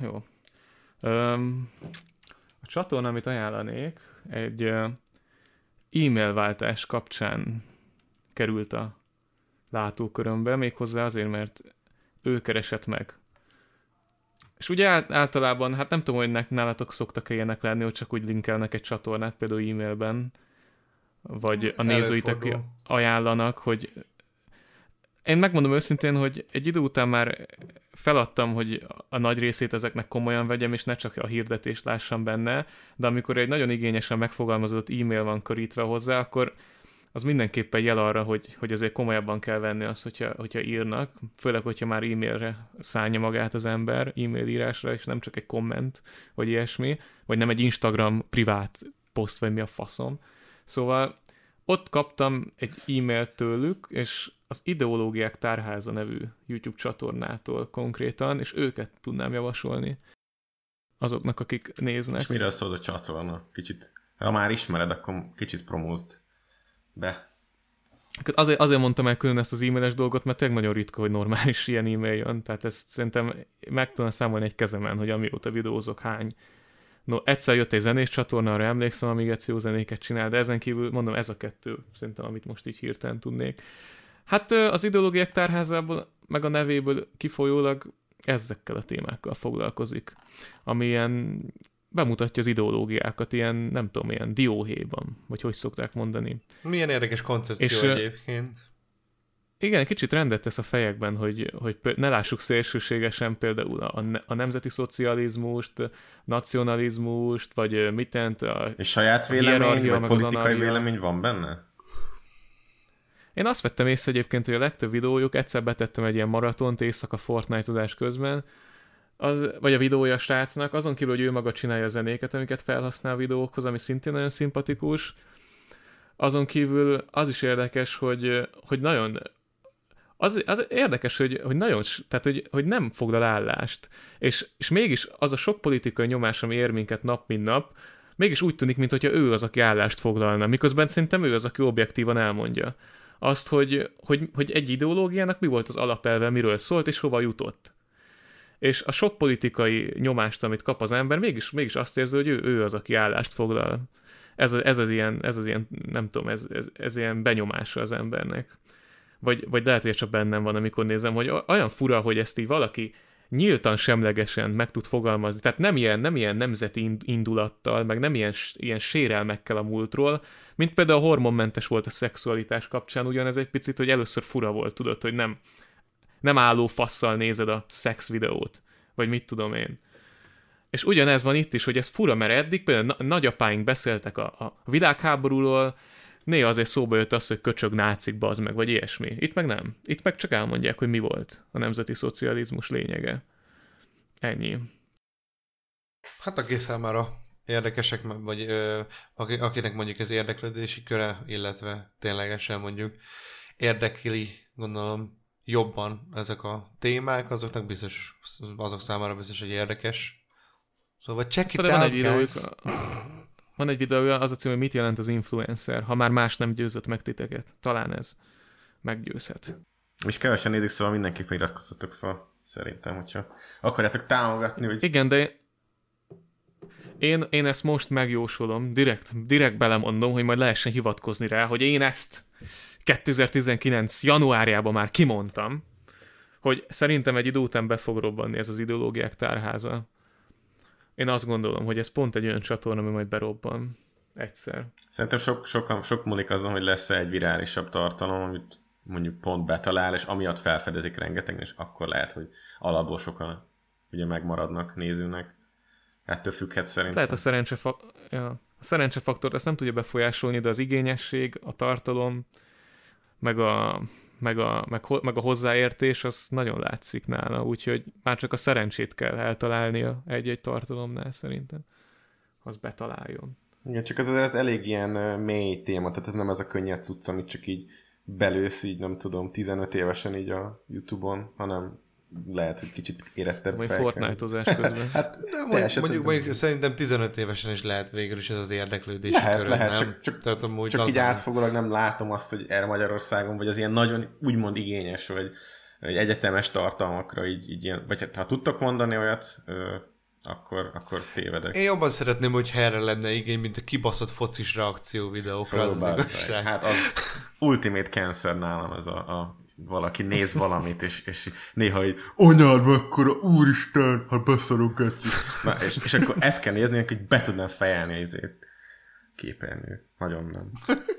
A csatorna, amit ajánlanék, egy e-mailváltás kapcsán került a látókörömbe, méghozzá azért, mert ő keresett meg. És ugye általában, hát nem tudom, hogy nálatok szoktak ilyenek lenni, hogy csak úgy linkelnek egy csatornát, például e-mailben, vagy a nézőitek ajánlanak, hogy én megmondom őszintén, hogy egy idő után már feladtam, hogy a nagy részét ezeknek komolyan vegyem, és ne csak a hirdetést lássam benne, de amikor egy nagyon igényesen megfogalmazott e-mail van körítve hozzá, akkor az mindenképpen jel arra, hogy azért komolyabban kell venni azt, hogyha írnak, főleg, hogyha már e-mailre szánja magát az ember, e-mail írásra, és nem csak egy komment, vagy ilyesmi, vagy nem egy Instagram privát poszt, vagy mi a faszom. Szóval ott kaptam egy e-mailt tőlük, és az Ideológiák Tárháza nevű YouTube csatornától konkrétan, és őket tudnám javasolni azoknak, akik néznek. És miről szól a csatorna? Kicsit, ha már ismered, akkor kicsit promózd be. Azért mondtam el külön ezt az e-mailes dolgot, mert tényleg nagyon ritka, hogy normális ilyen e-mail jön. Tehát ezt szerintem meg tudom számolni egy kezemen, hogy amióta videózok hány. No, egyszer jött egy zenés csatorna, arra emlékszem, amíg egy jó zenéket csinál, de ezen kívül mondom, ez a kettő szerintem, amit most így hirtelen tudnék. Hát az Ideológiák Tárházából, meg a nevéből kifolyólag ezekkel a témákkal foglalkozik, ami ilyen bemutatja az ideológiákat, ilyen, nem tudom, ilyen dióhéjban, vagy hogy szokták mondani. Milyen érdekes koncepció egyébként. Igen, kicsit rendet tesz a fejekben, hogy ne lássuk szélsőségesen például a nemzeti szocializmust, nacionalizmust, vagy mitent és saját vélemény, vagy politikai vélemény van benne? Én azt vettem észre egyébként, hogy a legtöbb videójuk, egyszer betettem egy ilyen maratont éjszaka Fortnite-ozás közben, vagy a videója a srácnak, azon kívül, hogy ő maga csinálja a zenéket, amiket felhasznál a videókhoz, ami szintén nagyon szimpatikus. Azon kívül az is érdekes, hogy nagyon... Az érdekes, hogy nagyon, tehát hogy nem foglal állást, és mégis az a sok politikai nyomás, ami ér minket nap, mint nap, mégis úgy tűnik, mintha ő az, aki állást foglalna, miközben szerintem ő az, aki objektívan elmondja azt, hogy egy ideológiának mi volt az alapelve, miről szólt, és hova jutott. És a sok politikai nyomást, amit kap az ember, mégis azt érzi, hogy ő az, aki állást foglal. Ez az ilyen, nem tudom, ez ilyen benyomása az embernek. Vagy lehet, hogy csak bennem van, amikor nézem, hogy olyan fura, hogy ezt így valaki nyíltan semlegesen meg tud fogalmazni. Tehát nem ilyen nemzeti indulattal, meg nem ilyen sérelmekkel a múltról, mint például a hormonmentes volt a szexualitás kapcsán, ugyanez egy picit, hogy először fura volt, tudod, hogy nem álló fasszal nézed a szex videót, vagy mit tudom én. És ugyanez van itt is, hogy ez fura, mert eddig például nagyapáink beszéltek a világháborúról, néha azért szóba jött az, hogy köcsög nácik, bazd meg, vagy ilyesmi. Itt meg nem. Itt meg csak elmondják, hogy mi volt a nemzeti szocializmus lényege. Ennyi. Hát aki számára érdekesek, vagy akinek mondjuk ez érdeklődési köre, illetve ténylegesen mondjuk érdekli, gondolom, jobban ezek a témák, azok számára biztos, hogy érdekes. Szóval check it out, guys! Van egy videója, az a cím, hogy mit jelent az influencer, ha már más nem győzött meg titeket. Talán ez meggyőzhet. És kevesen nézik, szóval mindenképpen iratkozzatok fel, szerintem, hogyha akarjátok támogatni, hogy... Igen, de én ezt most megjósolom, direkt belemondom, hogy majd lehessen hivatkozni rá, hogy én ezt 2019. januárjában már kimondtam, hogy szerintem egy idő után be fog robbanni ez az Ideológiák Tárháza. Én azt gondolom, hogy ez pont egy olyan csatorna, ami majd berobban egyszer. Szerintem sok múlik azon, hogy lesz egy virálisabb tartalom, amit mondjuk pont betalál, és amiatt felfedezik rengeteg, és akkor lehet, hogy alapból sokan ugye megmaradnak nézőnek. Ettől függhet szerintem. Lehet a szerencsefaktort ezt nem tudja befolyásolni, de az igényesség, a tartalom, meg a hozzáértés, az nagyon látszik nála, úgyhogy már csak a szerencsét kell eltalálnia egy-egy tartalomnál szerintem, az betaláljon. Igen, csak ez elég ilyen mély téma, tehát ez nem ez a könnyed cucc, amit csak így belősz, így nem tudom, 15 évesen így a YouTube-on, hanem lehet, hogy kicsit érettebb fel. Vagy Fortnite-ozás közben. Hát mondjuk szerintem 15 évesen is lehet végül is ez az érdeklődési körül, lehet, csak így átfogólag nem látom azt, hogy erre Magyarországon, vagy az ilyen nagyon úgymond igényes, vagy egyetemes tartalmakra így ilyen, vagy ha tudtok mondani olyat, akkor tévedek. Én jobban szeretném, hogy erre lenne igény, mint a kibaszott focis reakció videókra. Hát az ultimate cancer nálam ez a valaki néz valamit, és néha így anyád mekkora, úristen, hát beszarok egyszer. Na, és akkor ezt kell nézni, hogy be tudnám fejelni ezért képernyő. Nagyon nem.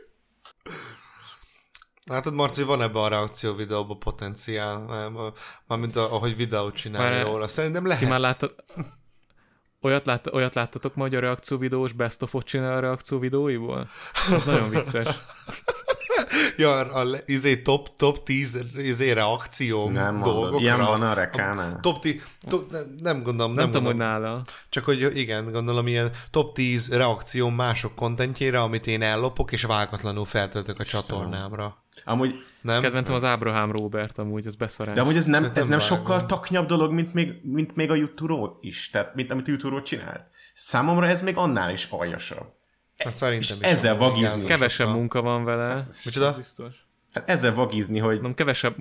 Látod, Marci, van ebben a reakció videóban potenciál, mármint ahogy videót csinálni róla. Szerintem lehet. Ki már láttad? Olyat láttatok majd a reakció videós best of-ot csinál a reakció videóiból? Ez nagyon vicces. Ja, top 10 reakció dolgokra. Ilyen van a rekánál. Nem gondolom. Nem tudom, hogy nála. Csak hogy igen, gondolom ilyen top 10 reakció mások kontentjére, amit én ellopok, és vágatlanul feltöltök a csatornámra. Amúgy nem? Kedvencem az Ábrahám Róbert, amúgy ez beszarás. De amúgy ez nem sokkal taknyabb dolog, mint még a YouTube is, tehát mint amit a YouTube csinált. Számomra ez még annál is aljasabb. Hát és ezzel vagizni. Kevesebb munka van vele. Micsoda? Biztos. Hát ezzel vagizni, hogy... Nem kevesebb...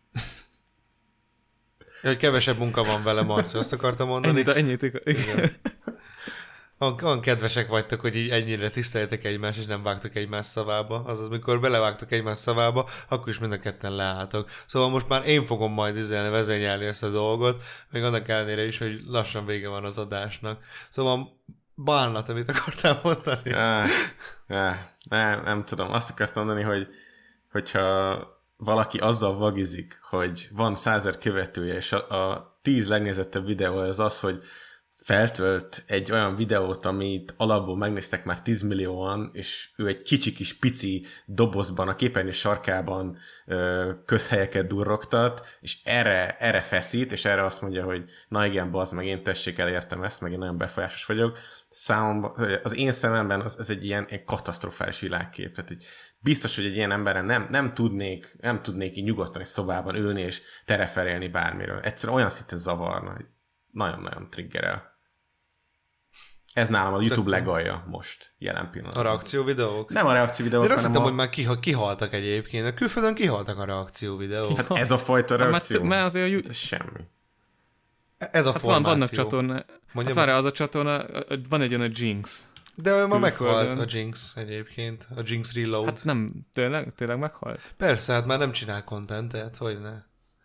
Hogy kevesebb munka van vele, Marci, azt akartam mondani. Ennyit. Igen. Olyan kedvesek vagytok, hogy így ennyire tiszteljetek egymást, és nem vágtok egymás szavába. Azaz, mikor belevágtok egymás szavába, akkor is mind a ketten leálltok. Szóval most már én fogom majd vezényelni ezt a dolgot, még annak ellenére is, hogy lassan vége van az adásnak. Szóval bánat, amit akartál mondani. Nem tudom. Azt akartam mondani, hogyha valaki azzal vagizik, hogy van 100 000 követője, és a 10 legnézettebb videó az, hogy feltölt egy olyan videót, amit alapból megnéztek már 10 millióan, és ő egy kicsi kis pici dobozban, a képernyő sarkában közhelyeket durrogtat, és erre feszít, és erre azt mondja, hogy na igen, bazd meg, én tessék elértem ezt, meg én nagyon befolyásos vagyok. Számomban, az én szememben ez egy ilyen katasztrofális világkép. Tehát biztos, hogy egy ilyen emberen nem tudnék így nyugodtan egy szobában ülni, és tereferélni bármiről. Egyszerűen olyan szinten zavarna, hogy nagyon-nagyon triggerel. Ez nálam a YouTube legalja most, jelen pillanatban. A reakció videók? Nem a reakció videók, de azt hanem hittem, hogy már kihaltak egyébként. A külföldön kihaltak a reakció videók. Hát ez a fajta reakció? Mert azért ez semmi. Ez a formáció. Vannak csatornák. Hát várjál, az a csatorna, van egy olyan a Jinx. De ő már meghalt a Jinx egyébként. A Jinx Reload. Hát nem, tényleg meghalt? Persze, hát már nem csinál contentet, hogy ne.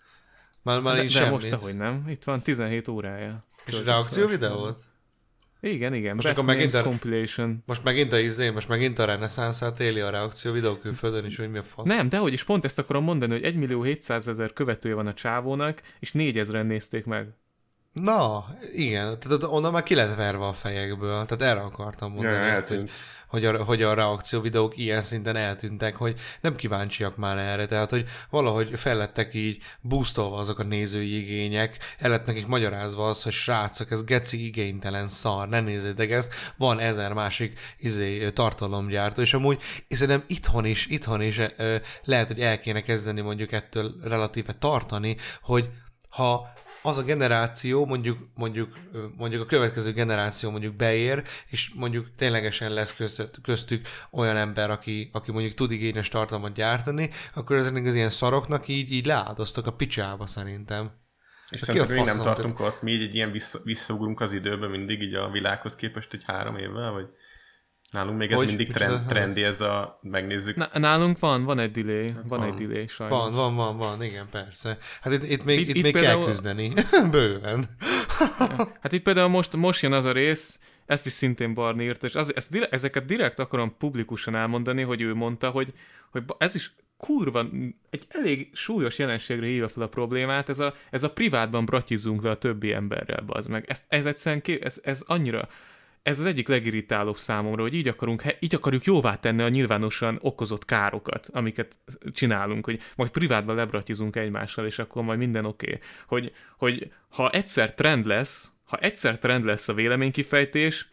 Már nincs semmit. Most ahogy nem. Itt van 17 órája. És reakció videót? Igen. Most Best Names Compilation. Most megint a reneszánszát éli a reakció videó külföldön is, hogy mi a fasz. Nem, dehogy is pont ezt akarom mondani, hogy 1.700.000 követője van a csávónak, és 4000-en nézték meg. Na, igen, tehát onnan már ki lett verve a fejekből, tehát erre akartam mondani ezt, hogy a reakció videók ilyen szinten eltűntek, hogy nem kíváncsiak már erre, tehát hogy valahogy fellettek így boostolva azok a nézői igények, el lett nekik magyarázva az, hogy srácok, ez geci igénytelen szar, ne nézzétek ezt, van 1000 másik tartalomgyártó, és amúgy szerintem itthon is lehet, hogy el kéne kezdeni mondjuk ettől relatíve tartani, hogy ha az a generáció, mondjuk a következő generáció mondjuk beér, és mondjuk ténylegesen lesz köztük olyan ember, aki mondjuk tud igényes tartalmat gyártani, akkor ezeknek az ilyen szaroknak így leáldoztak a picsába szerintem. És szerintem még nem tartunk ott, mi egy ilyen visszaugrunk az időben mindig így a világhoz képest egy 3 évvel, vagy nálunk még ez mindig trendi, ez a megnézzük. Nálunk van egy delay, egy delay sajnos. Van, igen, persze. Hát itt még például... kell küzdeni. Bőven. Hát itt például most jön az a rész, ezt is szintén Barni írta, és ezeket direkt akarom publikusan elmondani, hogy ő mondta, hogy ez is kurva, egy elég súlyos jelenségre hívja fel a problémát, ez a privátban bratyizzunk le a többi emberrel, bazd meg. Ez egyszerűen, ez annyira... Ez az egyik legirritálóbb számomra, hogy így akarjuk jóvá tenni a nyilvánosan okozott károkat, amiket csinálunk, hogy majd privátban lebrattyizunk egymással, és akkor majd minden oké. Hogy ha egyszer trend lesz a véleménykifejtés,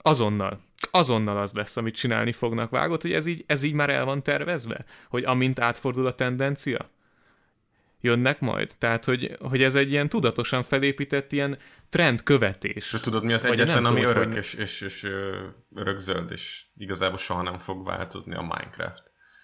azonnal az lesz, amit csinálni fognak. Vágod, hogy ez így már el van tervezve? Hogy amint átfordul a tendencia? Jönnek majd? Tehát, hogy ez egy ilyen tudatosan felépített ilyen trendkövetés. De tudod, mi az egyetlen, ami örök és örökzöld, és igazából soha nem fog változni? A Minecraft.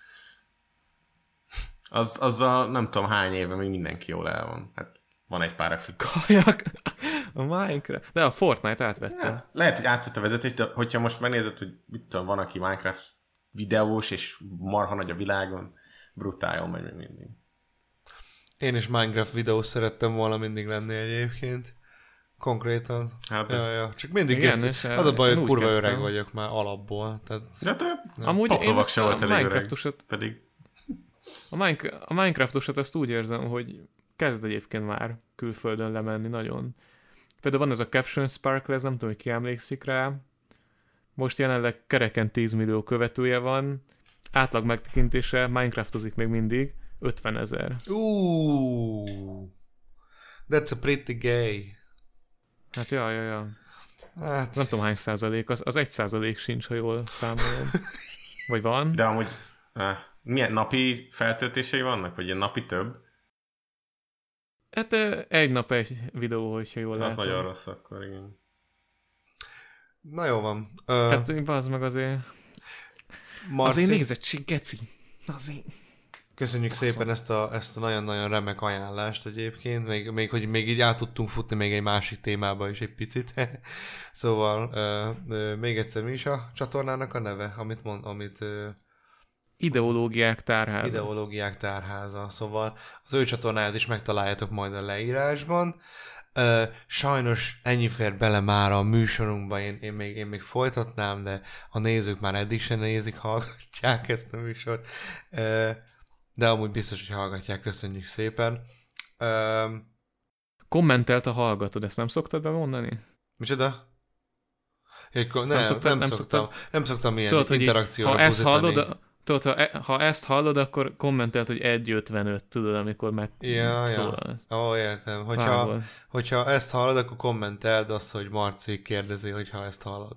Az a nem tudom hány éve még mindenki jól el van. Hát van egy pár Kajak! A Minecraft. De a Fortnite átvette. Hát, lehet, hogy átvette a vezetés, de hogyha most megnézed, hogy mit tudom, van, aki Minecraft videós, és marha nagy a világon, brutáljon megy még mindig. Én is Minecraft videós szerettem volna mindig lenni egyébként. Konkrétan. Hát, ja. Csak mindig igen, az a baj, hogy kurva öreg vagyok már alapból. Tehát, amúgy én ezt a Minecraftosat pedig. A Minecraftosat azt úgy érzem, hogy kezd egyébként már külföldön lemenni nagyon. Például van ez a Caption Sparkle, ez nem tudom, hogy ki emlékszik rá. Most jelenleg kereken 10 millió követője van. Átlag megtekintése, Minecraftozik még mindig. 50 000. That's a pretty gay. Hát ja. Hát, nem tudom hány százalék, az 1% sincs, ha jól számolom. Vagy van? De amúgy milyen napi feltöltései vannak? Vagy ilyen napi több? Hát egy nap egy videó, hogyha jól látom. Az nagyon rossz akkor, igen. Na jó van. Tehát az meg azért... Marci? Azért nézettség, geci. Azért... Köszönjük szépen ezt a nagyon-nagyon remek ajánlást egyébként, hogy még így át tudtunk futni még egy másik témába is egy picit. Szóval még egyszer, mi is a csatornának a neve, amit Ideológiák tárháza. Ideológiák tárháza. Szóval az ő csatornáját is megtaláljátok majd a leírásban. Sajnos ennyi fér bele már a műsorunkba, én még folytatnám, de a nézők már eddig sem nézik, hallgatják ezt a műsort. De amúgy biztos, hogy hallgatják, köszönjük szépen. Kommentelt a hallgatod, ezt nem szoktad bemondani? Micsoda? Nem szoktam ilyen tudod, interakcióra buzdítani. Ha ezt hallod, akkor kommentelt, hogy 1.55, tudod, amikor megszólal. Ó, értem. Hogyha ezt hallod, akkor kommenteld azt, hogy Marci kérdezi, hogyha ezt hallod.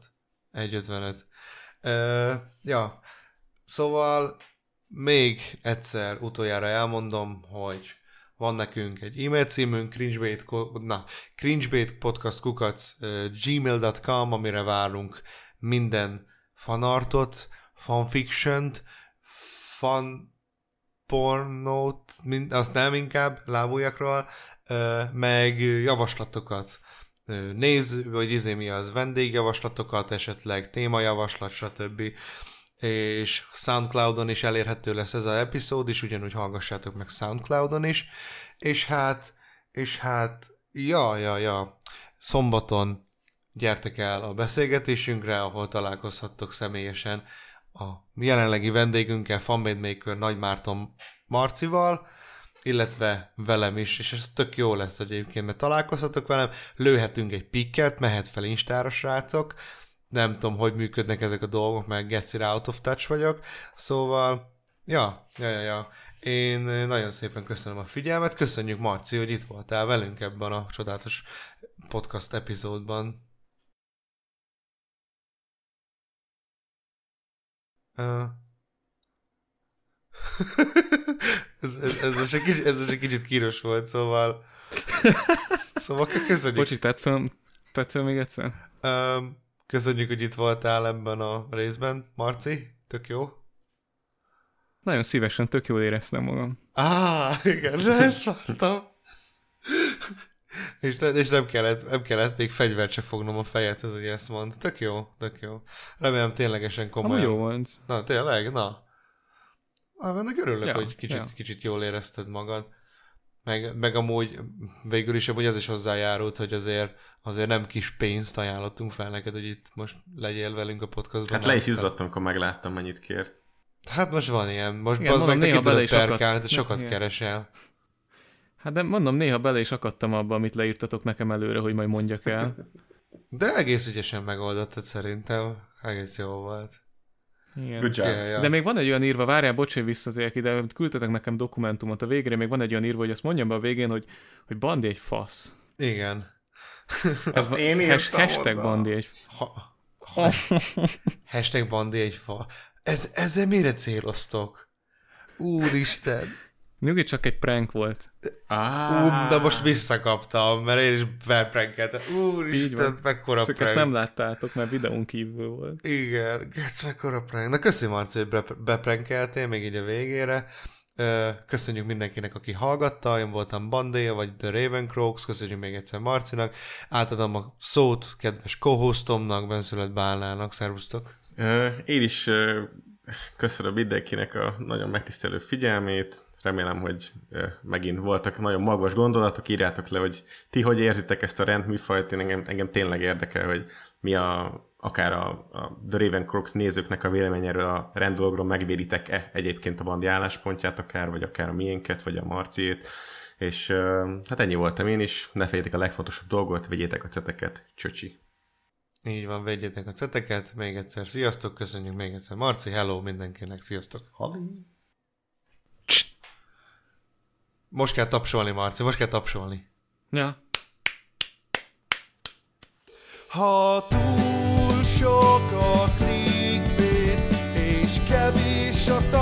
1.55. Ja, szóval még egyszer utoljára elmondom, hogy van nekünk egy e-mail címünk, cringebait.podcast@gmail.com, amire várunk minden fanartot, fanfiction-t, fanpornót, azt nem inkább lábújakról, meg javaslatokat. Vagy mi az, vendégjavaslatokat, esetleg témajavaslat, stb. És Soundcloudon is elérhető lesz ez az epizód is, ugyanúgy hallgassátok meg Soundcloudon is, és hát, szombaton gyertek el a beszélgetésünkre, ahol találkozhattok személyesen a jelenlegi vendégünkkel, Fanmade Maker Nagy Márton Marcival, illetve velem is, és ez tök jó lesz egyébként, mert találkozhatok velem, lőhetünk egy pikket, mehet fel Instára, srácok, nem tudom, hogy működnek ezek a dolgok, meg gecire out of touch vagyok, szóval, ja. Én nagyon szépen köszönöm a figyelmet, köszönjük Marci, hogy itt voltál velünk ebben a csodálatos podcast epizódban. Ez most egy kicsit kíros volt, szóval köszönjük. Bocsi, tett fel még egyszer? Köszönjük, hogy itt voltál ebben a részben, Marci, tök jó. Nagyon szívesen, tök jól éreztem magam. Igen, de ezt vártam. és nem kellett még fegyvert se fognom a fejet, ez, hogy ezt mond. Tök jó. Remélem ténylegesen komolyan. Jó volt. Na, tényleg, na. Ennek örülök, hogy kicsit jól érezted magad. Meg amúgy végül is az is hozzájárult, hogy azért nem kis pénzt ajánlottunk fel neked, hogy itt most legyél velünk a podcastban. Hát le is izzadtam, amikor megláttam, mennyit kért. Hát most van ilyen. Most igen, mondom, néha bele is perkálni, sokat igen. Keresel. Hát de mondom, néha bele is akadtam abba, amit leírtatok nekem előre, hogy majd mondjak el. De egész ügyesen megoldottad szerintem. Egész jó volt. Igen. Good job. Ja. De még van egy olyan írva, várjál, bocs, hogy visszatérek ide, küldtetek nekem dokumentumot a végére, még van egy olyan írva, hogy azt mondjam be a végén, hogy Bandi egy fasz. Igen. Ezt én írtam Hashtag Bandi egy Hashtag Bandi egy fasz. Ezzel mire céloztok? Úristen. Nyugi, csak egy prank volt. De most visszakaptam, mert én is beprankeltem. Úristen, mekkora csak prank. Ezt nem láttátok, mert videón kívül volt. Igen, mekkora prank. Na köszi, Marci, hogy beprankeltél még így a végére. Köszönjük mindenkinek, aki hallgatta. Én voltam Bandéja, vagy The Ravencroaks. Köszönjük még egyszer Marcinak. Átadom a szót kedves co-hostomnak, Benszülött Bálnának. Szervusztok! Én is köszönöm mindenkinek a nagyon megtisztelő figyelmét. Remélem, hogy megint voltak nagyon magas gondolatok. Írjátok le, hogy ti hogy érzitek ezt a rendműfajt. Engem tényleg érdekel, hogy mi akár a The Ravencroaks nézőknek a vélemény erről a renddologról, megvéditek-e egyébként a Bandi álláspontját akár, vagy akár a miénket, vagy a Marciét. És hát ennyi voltam én is. Ne fejétek a legfontosabb dolgot, vegyétek a ceteket. Csöcsi. Így van, vegyétek a ceteket. Még egyszer sziasztok, köszönjük még egyszer. Marci, hello mindenkinek, sziasztok. Most kell tapsolni, Marci, most kell tapsolni. Ja. Ha túl sok a clickbait, és kevés a